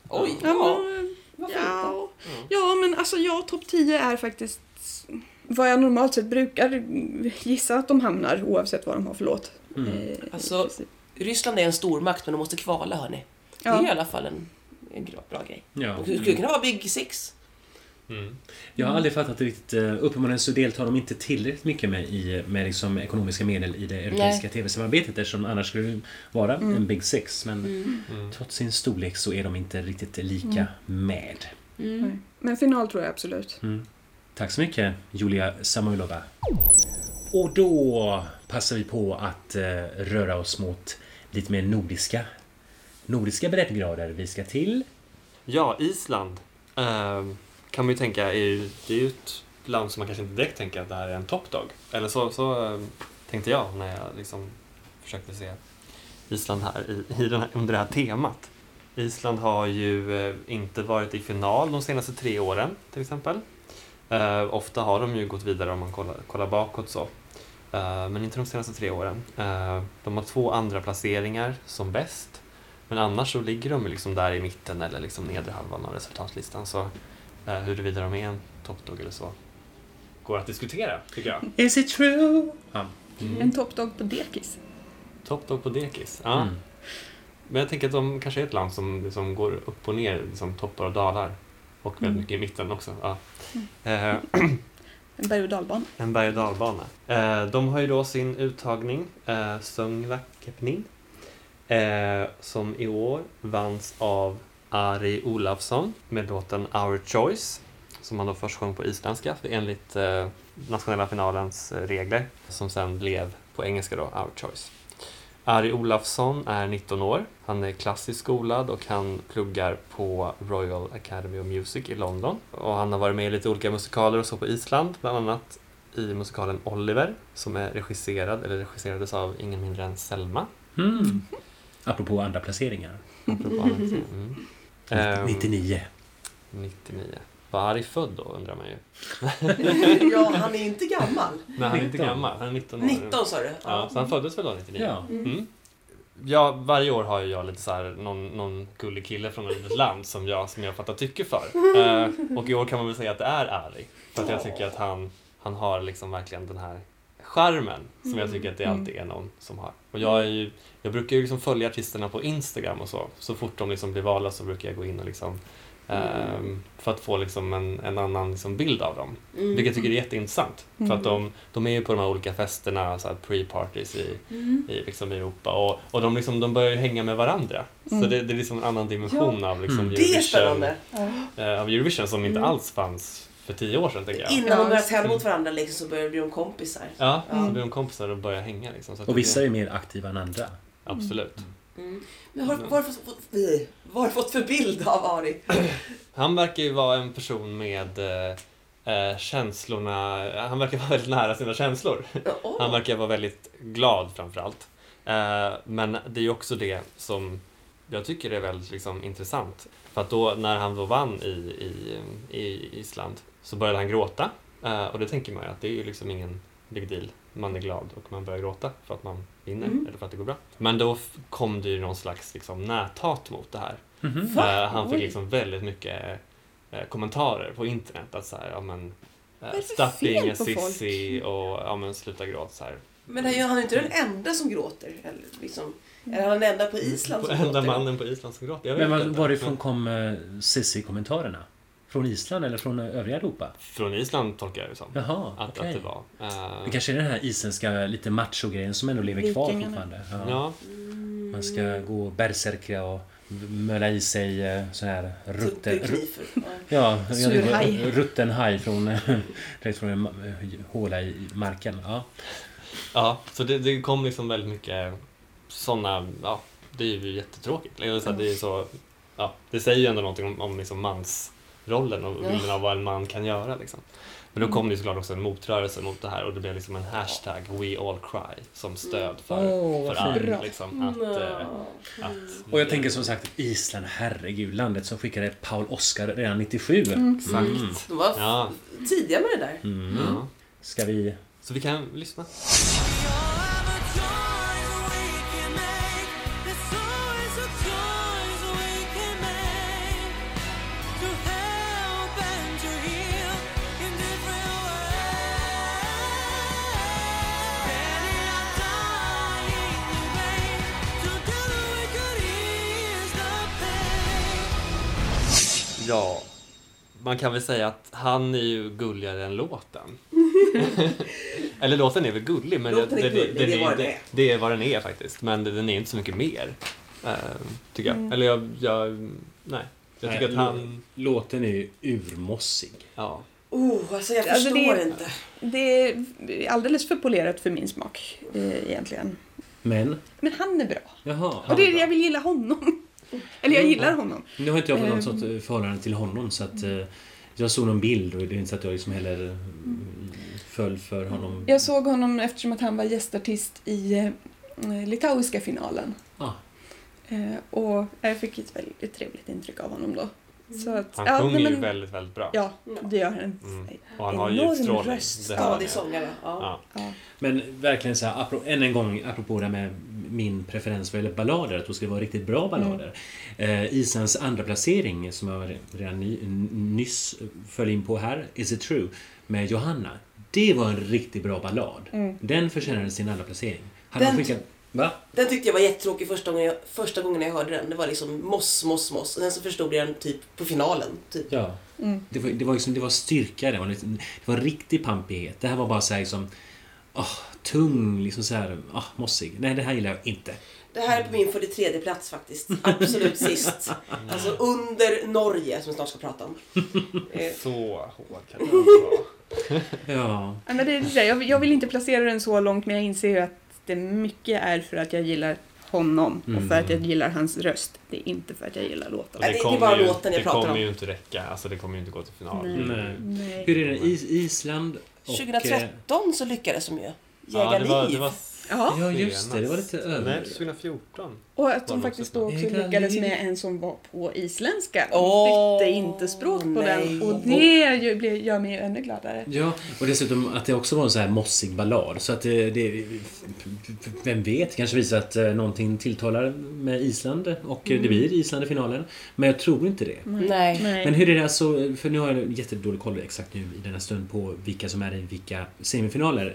Oj, Ja, ja. men, Varför ja, ja, men alltså topp 10 är faktiskt vad jag normalt sett brukar gissa att de hamnar oavsett vad de har för låt. Alltså, precis. Ryssland är en stormakt men de måste kvala, hörni. Det är Ja. i alla fall en bra grej. Ja. Det skulle kunna vara Big Six. Jag har aldrig fattat riktigt. Uppenbarligen så deltar de inte tillräckligt mycket med liksom ekonomiska medel i det europeiska tv-samarbetet eftersom annars skulle det vara en Big Six. Men trots sin storlek så är de inte riktigt lika med. Nej. Men final tror jag absolut. Tack så mycket, Julia Samoilova. Och då passar vi på att röra oss mot lite mer nordiska breddgrader. Vi ska till... Ja, Island kan man ju tänka det är ju ett land som man kanske inte direkt tänker att det här är en toppdog. Eller så tänkte jag när jag liksom försökte se Island här under det här temat. Island har ju inte varit i final de senaste 3 åren till exempel. Ofta har de ju gått vidare om man kollar bakåt så. Men inte de senaste 3 åren. De har 2 andra placeringar som bäst. Men annars så ligger de liksom där i mitten eller liksom nedre halvan av resultatlistan. Så huruvida de är en toppdog eller så går att diskutera, tycker jag. Is it true? Ja. En toppdog på dekis. Toppdog på dekis, ja. Men jag tänker att de kanske är ett land som liksom går upp och ner, liksom toppar och dalar. Och väldigt mycket i mitten också. Ja. En berg- och dalbana. En berg- och dalbana. De har ju då sin uttagning, Söngvakeppning, som i år vanns av Ari Olafsson med låten Our Choice, som han då först sjöng på isländska enligt nationella finalens regler, som sen blev på engelska då Our Choice. Ari Olafsson är 19 år, han är klassiskt skolad och han pluggar på Royal Academy of Music i London. Och han har varit med i lite olika musikaler och så på Island, bland annat i musikalen Oliver, som är regisserades av ingen mindre än Selma. Apropå andra placeringar. 99. 99. Var Ari född då, undrar man ju. Ja, han är inte gammal. Nej, han är inte gammal. Han är 19 år. 19 sa du? Ja, så han föddes väl då 99? Ja. Ja, varje år har jag lite så här någon gullig kille från ett litet land som jag fattar tycke för. Och i år kan man väl säga att det är Ari. För att jag tycker att han har liksom verkligen den här charmen som jag tycker att det alltid är någon som har. Och jag brukar ju liksom följa artisterna på Instagram och så fort de liksom blir valda så brukar jag gå in och liksom för att få liksom en annan liksom bild av dem. Vilket jag tycker är jätteintressant. För att de är ju på de här olika festerna, så här pre-parties i liksom Europa. Och de börjar ju hänga med varandra. Så det är liksom en annan dimension av liksom Eurovision. Det är spännande. Av Eurovision som inte alls fanns för 10 år sedan, tänker jag. Innan de börjar tävla mot varandra liksom, så börjar de kompisar. Ja, så blir de kompisar och börjar hänga. Liksom, så att Och vissa är mer aktiva än andra. Absolut. Men vad har du fått för bild av Ari? Han verkar ju vara en person med känslorna. Han verkar vara väldigt nära sina känslor. Han verkar vara väldigt glad framförallt. Men det är ju också det som jag tycker är väldigt liksom intressant. För att då, när han då vann i Island så började han gråta. Och det tänker man ju att det är ju liksom ingen big deal. Man är glad och man börjar gråta för att man vinner eller för att det går bra. Men då kom det ju någon slags liksom näthat mot det här. Han fick liksom väldigt mycket kommentarer på internet att så här, ja men stop being a sissy och ja men sluta gråta så här. Men han är inte den enda som gråter. Eller liksom, är han den enda på Island som Enda gråter? mannen på Island som gråter. Jag vet Men inte. varifrån kom Sissi-kommentarerna? Från Island eller från övriga Europa? Från Island tolkar jag det som. Jaha, Att okej. det var. Det kanske är den här isländska lite macho-grejen som ändå lever kvar Vikingarna. fortfarande. Ja. Man ska gå berserkra och möla i sig sån här Tuppeknifer. rutten haj från en håla i marken. Ja. Ja, så det kom liksom väldigt mycket sådana, ja, det är ju jättetråkigt. Det är så, ja, det säger ju ändå någonting om liksom mansrollen och bilden av vad en man kan göra liksom. Men då kom det såklart också en motrörelse mot det här och det blev liksom en hashtag We All Cry som stöd för all liksom att Och jag tänker som sagt Island, herregud, landet som skickade Paul Oscar redan 97. Exakt. De var tidiga med det där. Ja. Ska vi... Så vi kan lyssna. Ja, man kan väl säga att han är ju gulligare än låten. Eller låten är väl gullig, men Låten är gullig, det är vad den är. det är vad den är faktiskt. Men den är inte så mycket mer, tycker jag. Eller jag tycker att han... Låten är ju urmossig. Ja. Alltså jag Alltså, förstår inte. Det är alldeles för polerat för min smak egentligen. Men Men han är bra. jaha. Och det är det jag vill gilla honom. Eller jag gillar honom. Nu har inte jag fått något sånt förhållande till honom, så att jag såg någon bild och det är inte så att jag liksom heller föll för honom. Jag såg honom eftersom att han var gästartist i litauiska finalen. Ah. Och jag fick ett väldigt trevligt intryck av honom då. Så att, Han sjunger ju väldigt, väldigt bra. Ja, det gör han. Och han har ju Enorm utstrålning. röst. Det har Ja, han det är ju. sångare. Ja. Ja. Men verkligen så här, än en gång, apropå det med min preferens vad gäller ballader, att det ska vara riktigt bra ballader. Islands andra placering som jag redan nyss föll in på här, Is It True, med Johanna. Det var en riktigt bra ballad. Den förtjänade sin andra placering. Hade Den- man skickat... Va? Den tyckte jag var jättetråkig första gången jag hörde den. Det var liksom moss. Och sen så förstod jag den typ på finalen. Typ. Ja. Det var styrka, det var riktig pampighet. Det här var bara så här liksom, tung, liksom så här, mossig. Nej, det här gillar jag inte. Det här är på min 43:e plats faktiskt. Absolut sist. Alltså under Norge som vi snart ska prata om. Så hård kan det inte vara. Ja. Ja, men det är det. Jag vill inte placera den så långt, men jag inser ju att det mycket är för att jag gillar honom och för att jag gillar hans röst. Det är inte för att jag gillar låten. Nej, det är bara låten jag pratar Det kommer om. ju inte räcka. Alltså det kommer ju inte gå till final. Nej. Hur är det? Island och... 2013 så lyckades de ju. Ja, Jägarliv. det var Ja, just det var lite över. Nej, 2014. och att de Var faktiskt det då också också snabbt? lyckades med en som var på isländska. Åh, Bytte inte språk på nej. den. Och det gör mig ju ännu gladare. Ja, och dessutom att det också var en så här mossig ballad. Så att vem vet, kanske visar att någonting tilltalar med Island och det blir Island i finalen. Men jag tror inte det. Nej. Men hur är det alltså, för nu har jag jättedålig koll exakt nu i denna stund på vilka som är i vilka semifinaler.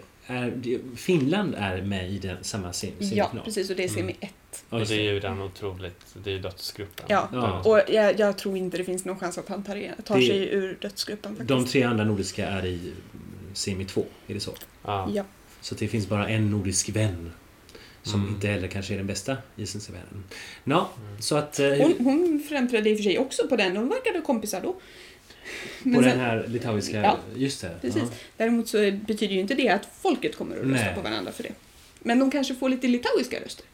Finland är med i den samma semifinal. Ja, precis. Och det är semi 1. Ja, Och just det är det. ju den otroligt, det är ju dödsgruppen. Ja, Ja. och jag tror inte det finns någon chans att han tar sig ur dödsgruppen faktiskt. De 3 andra nordiska är i semi 2, är det så? Ja. Ja. Så det finns bara en nordisk vän som inte heller kanske är den bästa isländska vännen. Ja, så att... Hon framträdde i och för sig också på den. De verkade kompisar då. på den här litauiska... Ja, just det. Precis. Ja. Däremot så betyder ju inte det att folket kommer att rösta Nej. på varandra för det. Men de kanske får lite litauiska röster.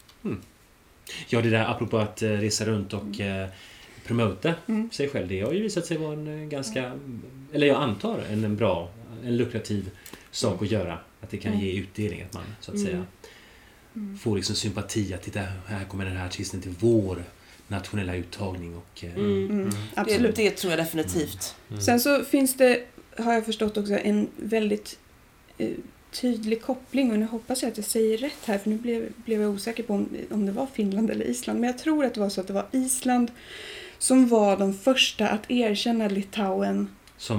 Ja, det där apropå att resa runt och promota sig själv. Det har ju visat sig vara en ganska... Eller jag antar en lukrativ sak att göra. Att det kan ge utdelning. Att man så att säga får liksom sympati att titta, här kommer den här artisten till vår nationella uttagning. Och, Absolut. Det tror jag definitivt. Sen så finns det, har jag förstått också, en väldigt tydlig koppling. Och nu hoppas jag att jag säger rätt här. För nu blev jag osäker på om det var Finland eller Island. Men jag tror att det var så att det var Island som var de första att erkänna Litauen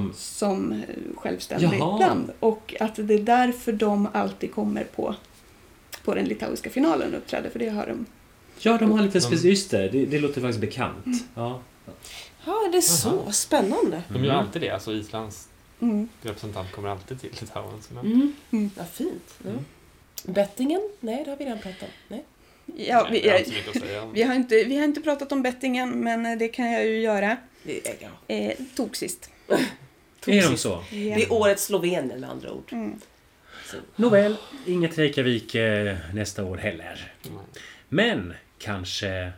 som självständigt Jaha. land. Och att det är därför de alltid kommer på den litauiska finalen uppträder. För det har de. Ja, de har lite just det låter faktiskt bekant. Ja. Ja, det är så spännande. De gör alltid det. Alltså Islands Mm. representant kommer alltid till Litauen. Så Ja, fint. Bettingen? Nej, det har vi redan pratat om. Nej. Ja, Nej, det är inte så mycket att säga om. vi har inte pratat om bettingen, men det kan jag ju göra. Det är, Tog sist. Är de så? det är årets Slovenien med andra ord. Så. Nåväl, inget Reykjavik nästa år heller. Nej. Men kanske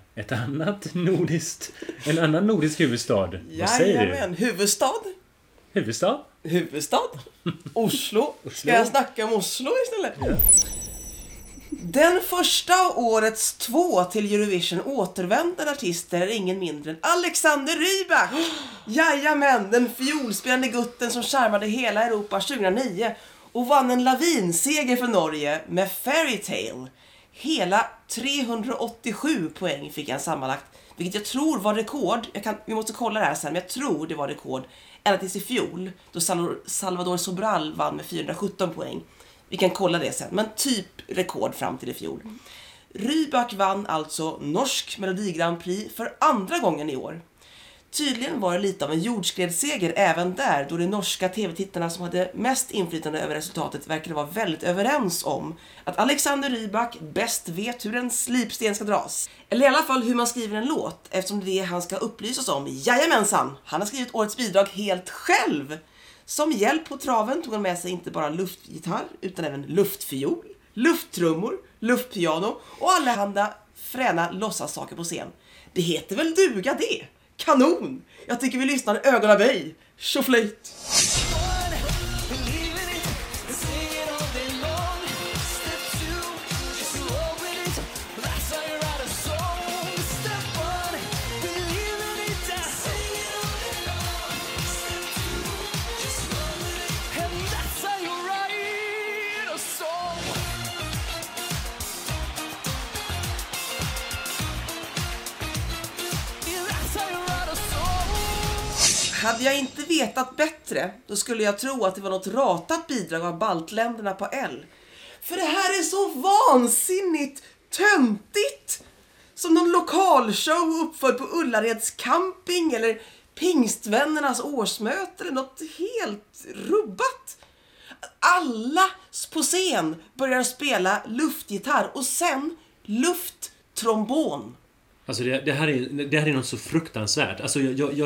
en annan nordisk huvudstad. Vad säger du? Jajamän, huvudstad. Huvudstad? Oslo. Ska jag snacka om Oslo istället? Den första årets 2 till Eurovision återvändande artister är ingen mindre än Alexander Rybak. Jajamän, den fiolspelande gutten som charmade hela Europa 2009 och vann en lavinseger för Norge med Fairy Tale. Hela 387 poäng fick han sammanlagt, vilket jag tror var rekord. Vi måste kolla det här sen, men jag tror det var rekord ända tills i fjol då Salvador Sobral vann med 417 poäng. Vi kan kolla det sen, men typ rekord fram till i fjol. Rybak vann alltså norsk Melodi Grand Prix för andra gången i år. Tydligen var det lite av en jordskredsseger även där, då de norska tv-tittarna som hade mest inflytande över resultatet verkade vara väldigt överens om att Alexander Rybak bäst vet hur en slipsten ska dras. Eller i alla fall hur man skriver en låt, eftersom det är det han ska upplysas om. Jajamensan! Han har skrivit årets bidrag helt själv! Som hjälp på traven tog han med sig inte bara luftgitarr utan även luftfiol, lufttrummor, luftpiano och allehanda fräna låtsassaker på scen. Det heter väl duga det? Kanon! Jag tycker vi lyssnar ögonaböj. Tjoflöjt! Hade jag inte vetat bättre, då skulle jag tro att det var något ratat bidrag av baltländerna på L. För det här är så vansinnigt töntigt! Som någon lokalshow uppförd på Ullareds camping eller Pingstvännernas årsmöte eller något helt rubbat. Alla på scen börjar spela luftgitarr och sen lufttrombon. Alltså det här är något så fruktansvärt. Alltså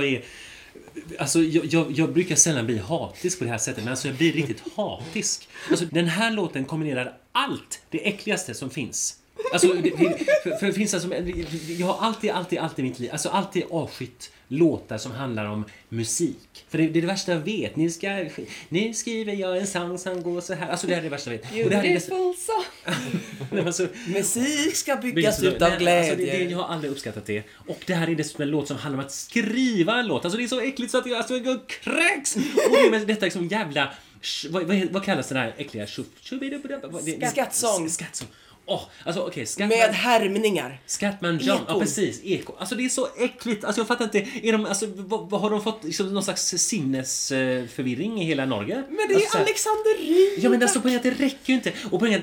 jag brukar sällan bli hatisk på det här sättet, men alltså jag blir riktigt hatisk. Alltså den här låten kombinerar allt det äckligaste som finns. Alltså för det finns alltså, jag har alltid i mitt liv, alltså alltid avskytt låtar som handlar om musik. För det är det värsta jag vet. Nu skriver jag en sång som går så här. Alltså det är det värsta jag vet. Beautiful song. Alltså, musik ska byggas ut av glädje. Alltså jag har aldrig uppskattat det. Och det här är dessutom en låt som handlar om att skriva en låt. Alltså det är så äckligt så att jag kräks. Och det är detta liksom jävla... Vad kallas den här äckliga? Skattsång. Alltså okej, med härmningar. Scatman John, ja precis, eko. Alltså det är så äckligt. Alltså jag fattar inte, vad har de fått liksom, någon slags sinnesförvirring i hela Norge? Men det är alltså, Alexander Rybak. Ja men alltså på det räcker ju inte. Och på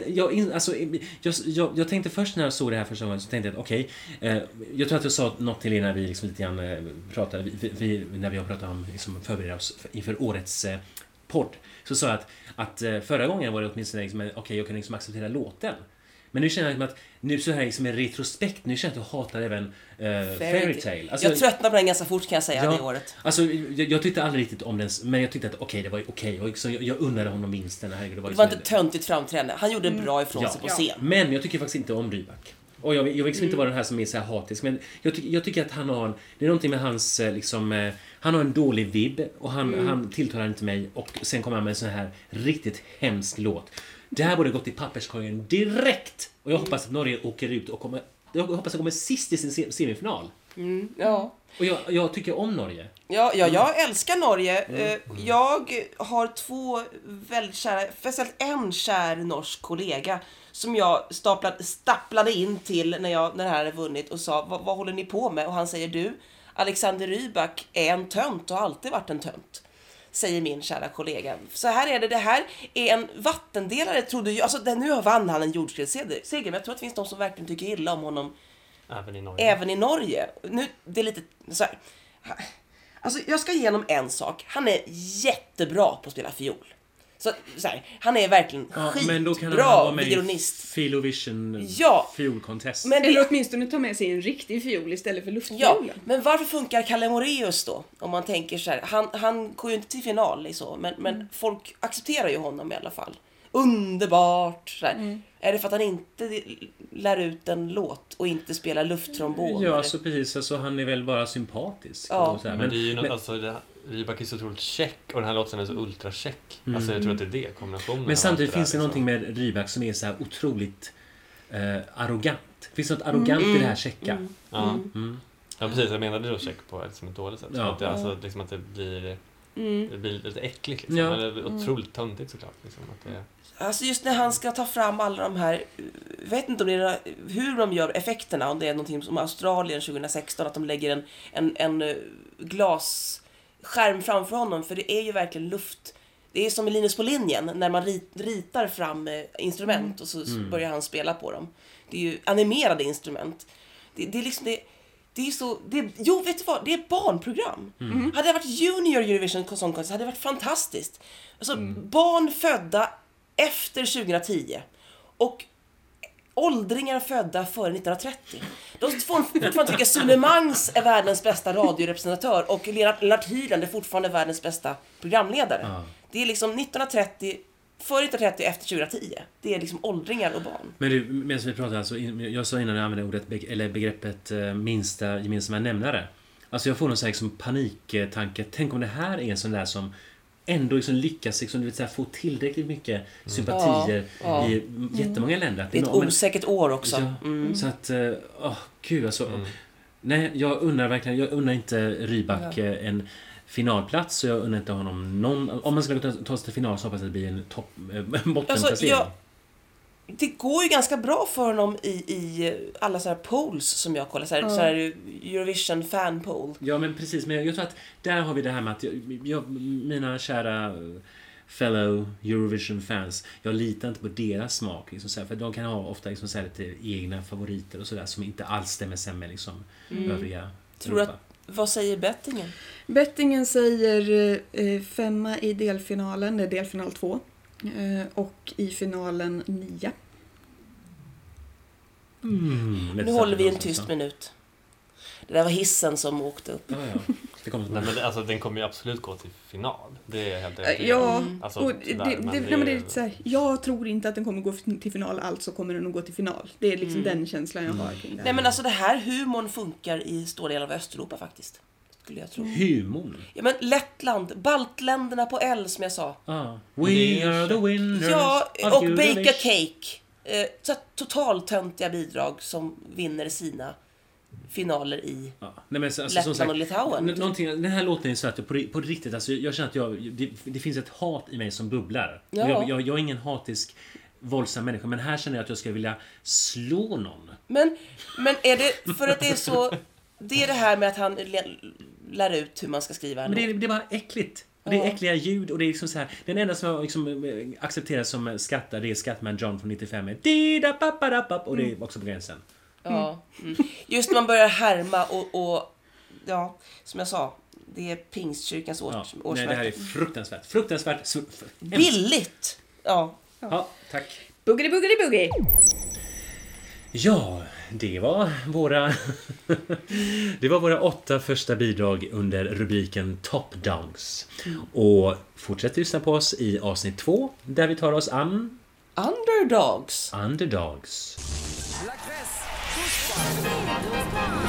jag tänkte först när jag såg det här första gången så tänkte jag okej, jag tror att jag sa något till er när vi liksom lite grann pratade när vi har pratat om liksom förbereda oss inför årets podd. Så sa jag att förra gången var det åtminstone liksom, okej, jag kan liksom acceptera låten. Men nu känner jag att nu så här liksom en retrospekt, nu känner jag att jag hatar även Fairytale. Alltså, jag tröttnar på den ganska fort kan jag säga det året. Alltså jag tyckte aldrig riktigt om den, men jag tyckte att det var okej. Och liksom, jag undrade honom vinsten. Det var inte töntigt framträdande. Han gjorde bra ifrån sig på scen. Men jag tycker faktiskt inte om Rybak. Och jag vill liksom inte vara den här som är så här hatisk, men jag tycker att han har det är någonting med hans liksom han har en dålig vibb och han tilltalar inte mig, och sen kommer han med en sån här riktigt hemsk låt. Det här borde gått i papperskorgen direkt. Och jag hoppas att Norge åker ut och jag hoppas att de kommer sist i sin semifinal. Ja. Och jag tycker om Norge. Ja, jag älskar Norge. Jag har två väldigt kära, speciellt en kär norsk kollega som jag stapplade in till när det här hade vunnit och sa, vad håller ni på med? Och han säger, du, Alexander Rybak är en tönt och har alltid varit en tönt. Säger min kära kollega. Så här är det här är en vattendelare, trodde jag. Alltså nu vann han en jordskredsseger, men jag tror att det finns de som verkligen tycker illa om honom. Även i Norge. Nu, det är lite så här. Alltså jag ska ge honom en sak. Han är jättebra på att spela fiol. Så här, han är verkligen skitbra violinist. Filovision fiolcontest. Eller åtminstone ta med sig en riktig fiol istället för luftfiolen. Ja, men varför funkar Kalle Moraeus då? Om man tänker så här, han går ju inte till final liksom, men folk accepterar ju honom i alla fall. Underbart så här. Är det för att han inte lär ut en låt och inte spelar lufttrombon? Ja, alltså precis, alltså han är väl bara sympatisk. Ja. Och så här. Men det är ju något, alltså Rybak är så otroligt check och den här låten är så ultra check. Alltså jag tror att det är det kombinationen. Men samtidigt finns det liksom någonting med Rybak som är så här otroligt arrogant. Finns det något arrogant i det här checka? Ja, precis. Jag menade då check på ett dåligt sätt. Ja. Att det, alltså, liksom att det blir lite äckligt liksom. Ja. Eller otroligt töntigt såklart liksom, att det... Alltså just när han ska ta fram alla de här, jag vet inte om det är hur de gör effekterna, om det är någonting som Australien 2016, att de lägger en glasskärm framför honom, för det är ju verkligen luft. Det är som i Linus på linjen när man ritar fram instrument och så börjar han spela på dem. Det är ju animerade instrument. Det är liksom det. Det är så... Jo, vet du vad? Det är ett barnprogram. Hade det varit Junior Eurovision Song Contest hade det varit fantastiskt. Alltså, barn födda efter 2010 och åldringar födda före 1930. De fortfarande tycker Sune Mangs är världens bästa radiorepresentatör och Lennart Hyland är fortfarande världens bästa programledare. Ja. Det är liksom 1930, före 1930 efter 2010. Det är liksom åldringar och barn. Men du, medan vi pratar, alltså, jag sa innan jag använde ordet, eller begreppet minsta gemensamma nämnare. Alltså jag får någon sån här liksom paniktanke. Tänk om det här är en sån där som ändå liksom lyckas liksom, du vet, så här, få tillräckligt mycket sympatier i jättemånga länder. Det är ett osäkert år också. Ja, så att, gud alltså. Nej, jag undrar inte Rybak en finalplats, så jag undrar inte honom någon. Om man ska ta sig till final så hoppas jag att det blir en bottenplacering. Alltså, det går ju ganska bra för honom i alla så här polls som jag kollar, så här Eurovision fan poll. Ja, men precis, men jag tror att där har vi det här med att mina kära fellow Eurovision fans, jag litar inte på deras smak liksom, så här, för de kan ha ofta liksom, så här, lite egna favoriter och sådär som inte alls stämmer sen med liksom, övriga Tror du att, vad säger bettingen? Bettingen säger 5 i delfinalen, det är delfinal 2. Och i finalen 9. Nu håller vi en tyst minut. Det där var hissen som åkte upp. Ja. Det kommer Nej, men alltså, den kommer ju absolut gå till final. Det är helt övertygad. Ja, Alltså, och tyvärr, det är lite så här, jag tror inte att den kommer gå till final, alltså kommer den att gå till final. Det är liksom den känslan jag har kring det. Nej, men alltså det här humorn funkar i stora delar av Östeuropa faktiskt. Skulle jag tro. humorn. Ja, men Lettland, baltländerna på L som jag sa. We are the winners. Ja, of och Eurovision. Bake a Cake. Så totalt töntiga bidrag som vinner sina finaler i Ja. Nej, men alltså, Lettland och Litauen. Den här låten är så att på riktigt, alltså, jag känner att det finns ett hat i mig som bubblar. Ja. Och jag är ingen hatisk våldsam människa, men här känner jag att jag skulle vilja slå någon. Men är det för att det är så... Det är det här med att han lär ut hur man ska skriva. Men det är bara äckligt. Och det är äckliga ljud och det är liksom så här. Den enda som jag liksom accepterar som skattar, det är Scatman John från 95 med di-da-pa-pa-da-pap, och det är också på gränsen. Ja. Just när man börjar härma och ja, som jag sa, det är Pingstkyrkans årsmöte. Nej, det här är fruktansvärt. Billigt! Ja. Ja, tack. Boogity boogity boogie. Ja, det var våra 8 första bidrag under rubriken Top Dogs. Och fortsätt lyssna på oss i avsnitt 2 där vi tar oss an Underdogs. Underdogs. Touche pas,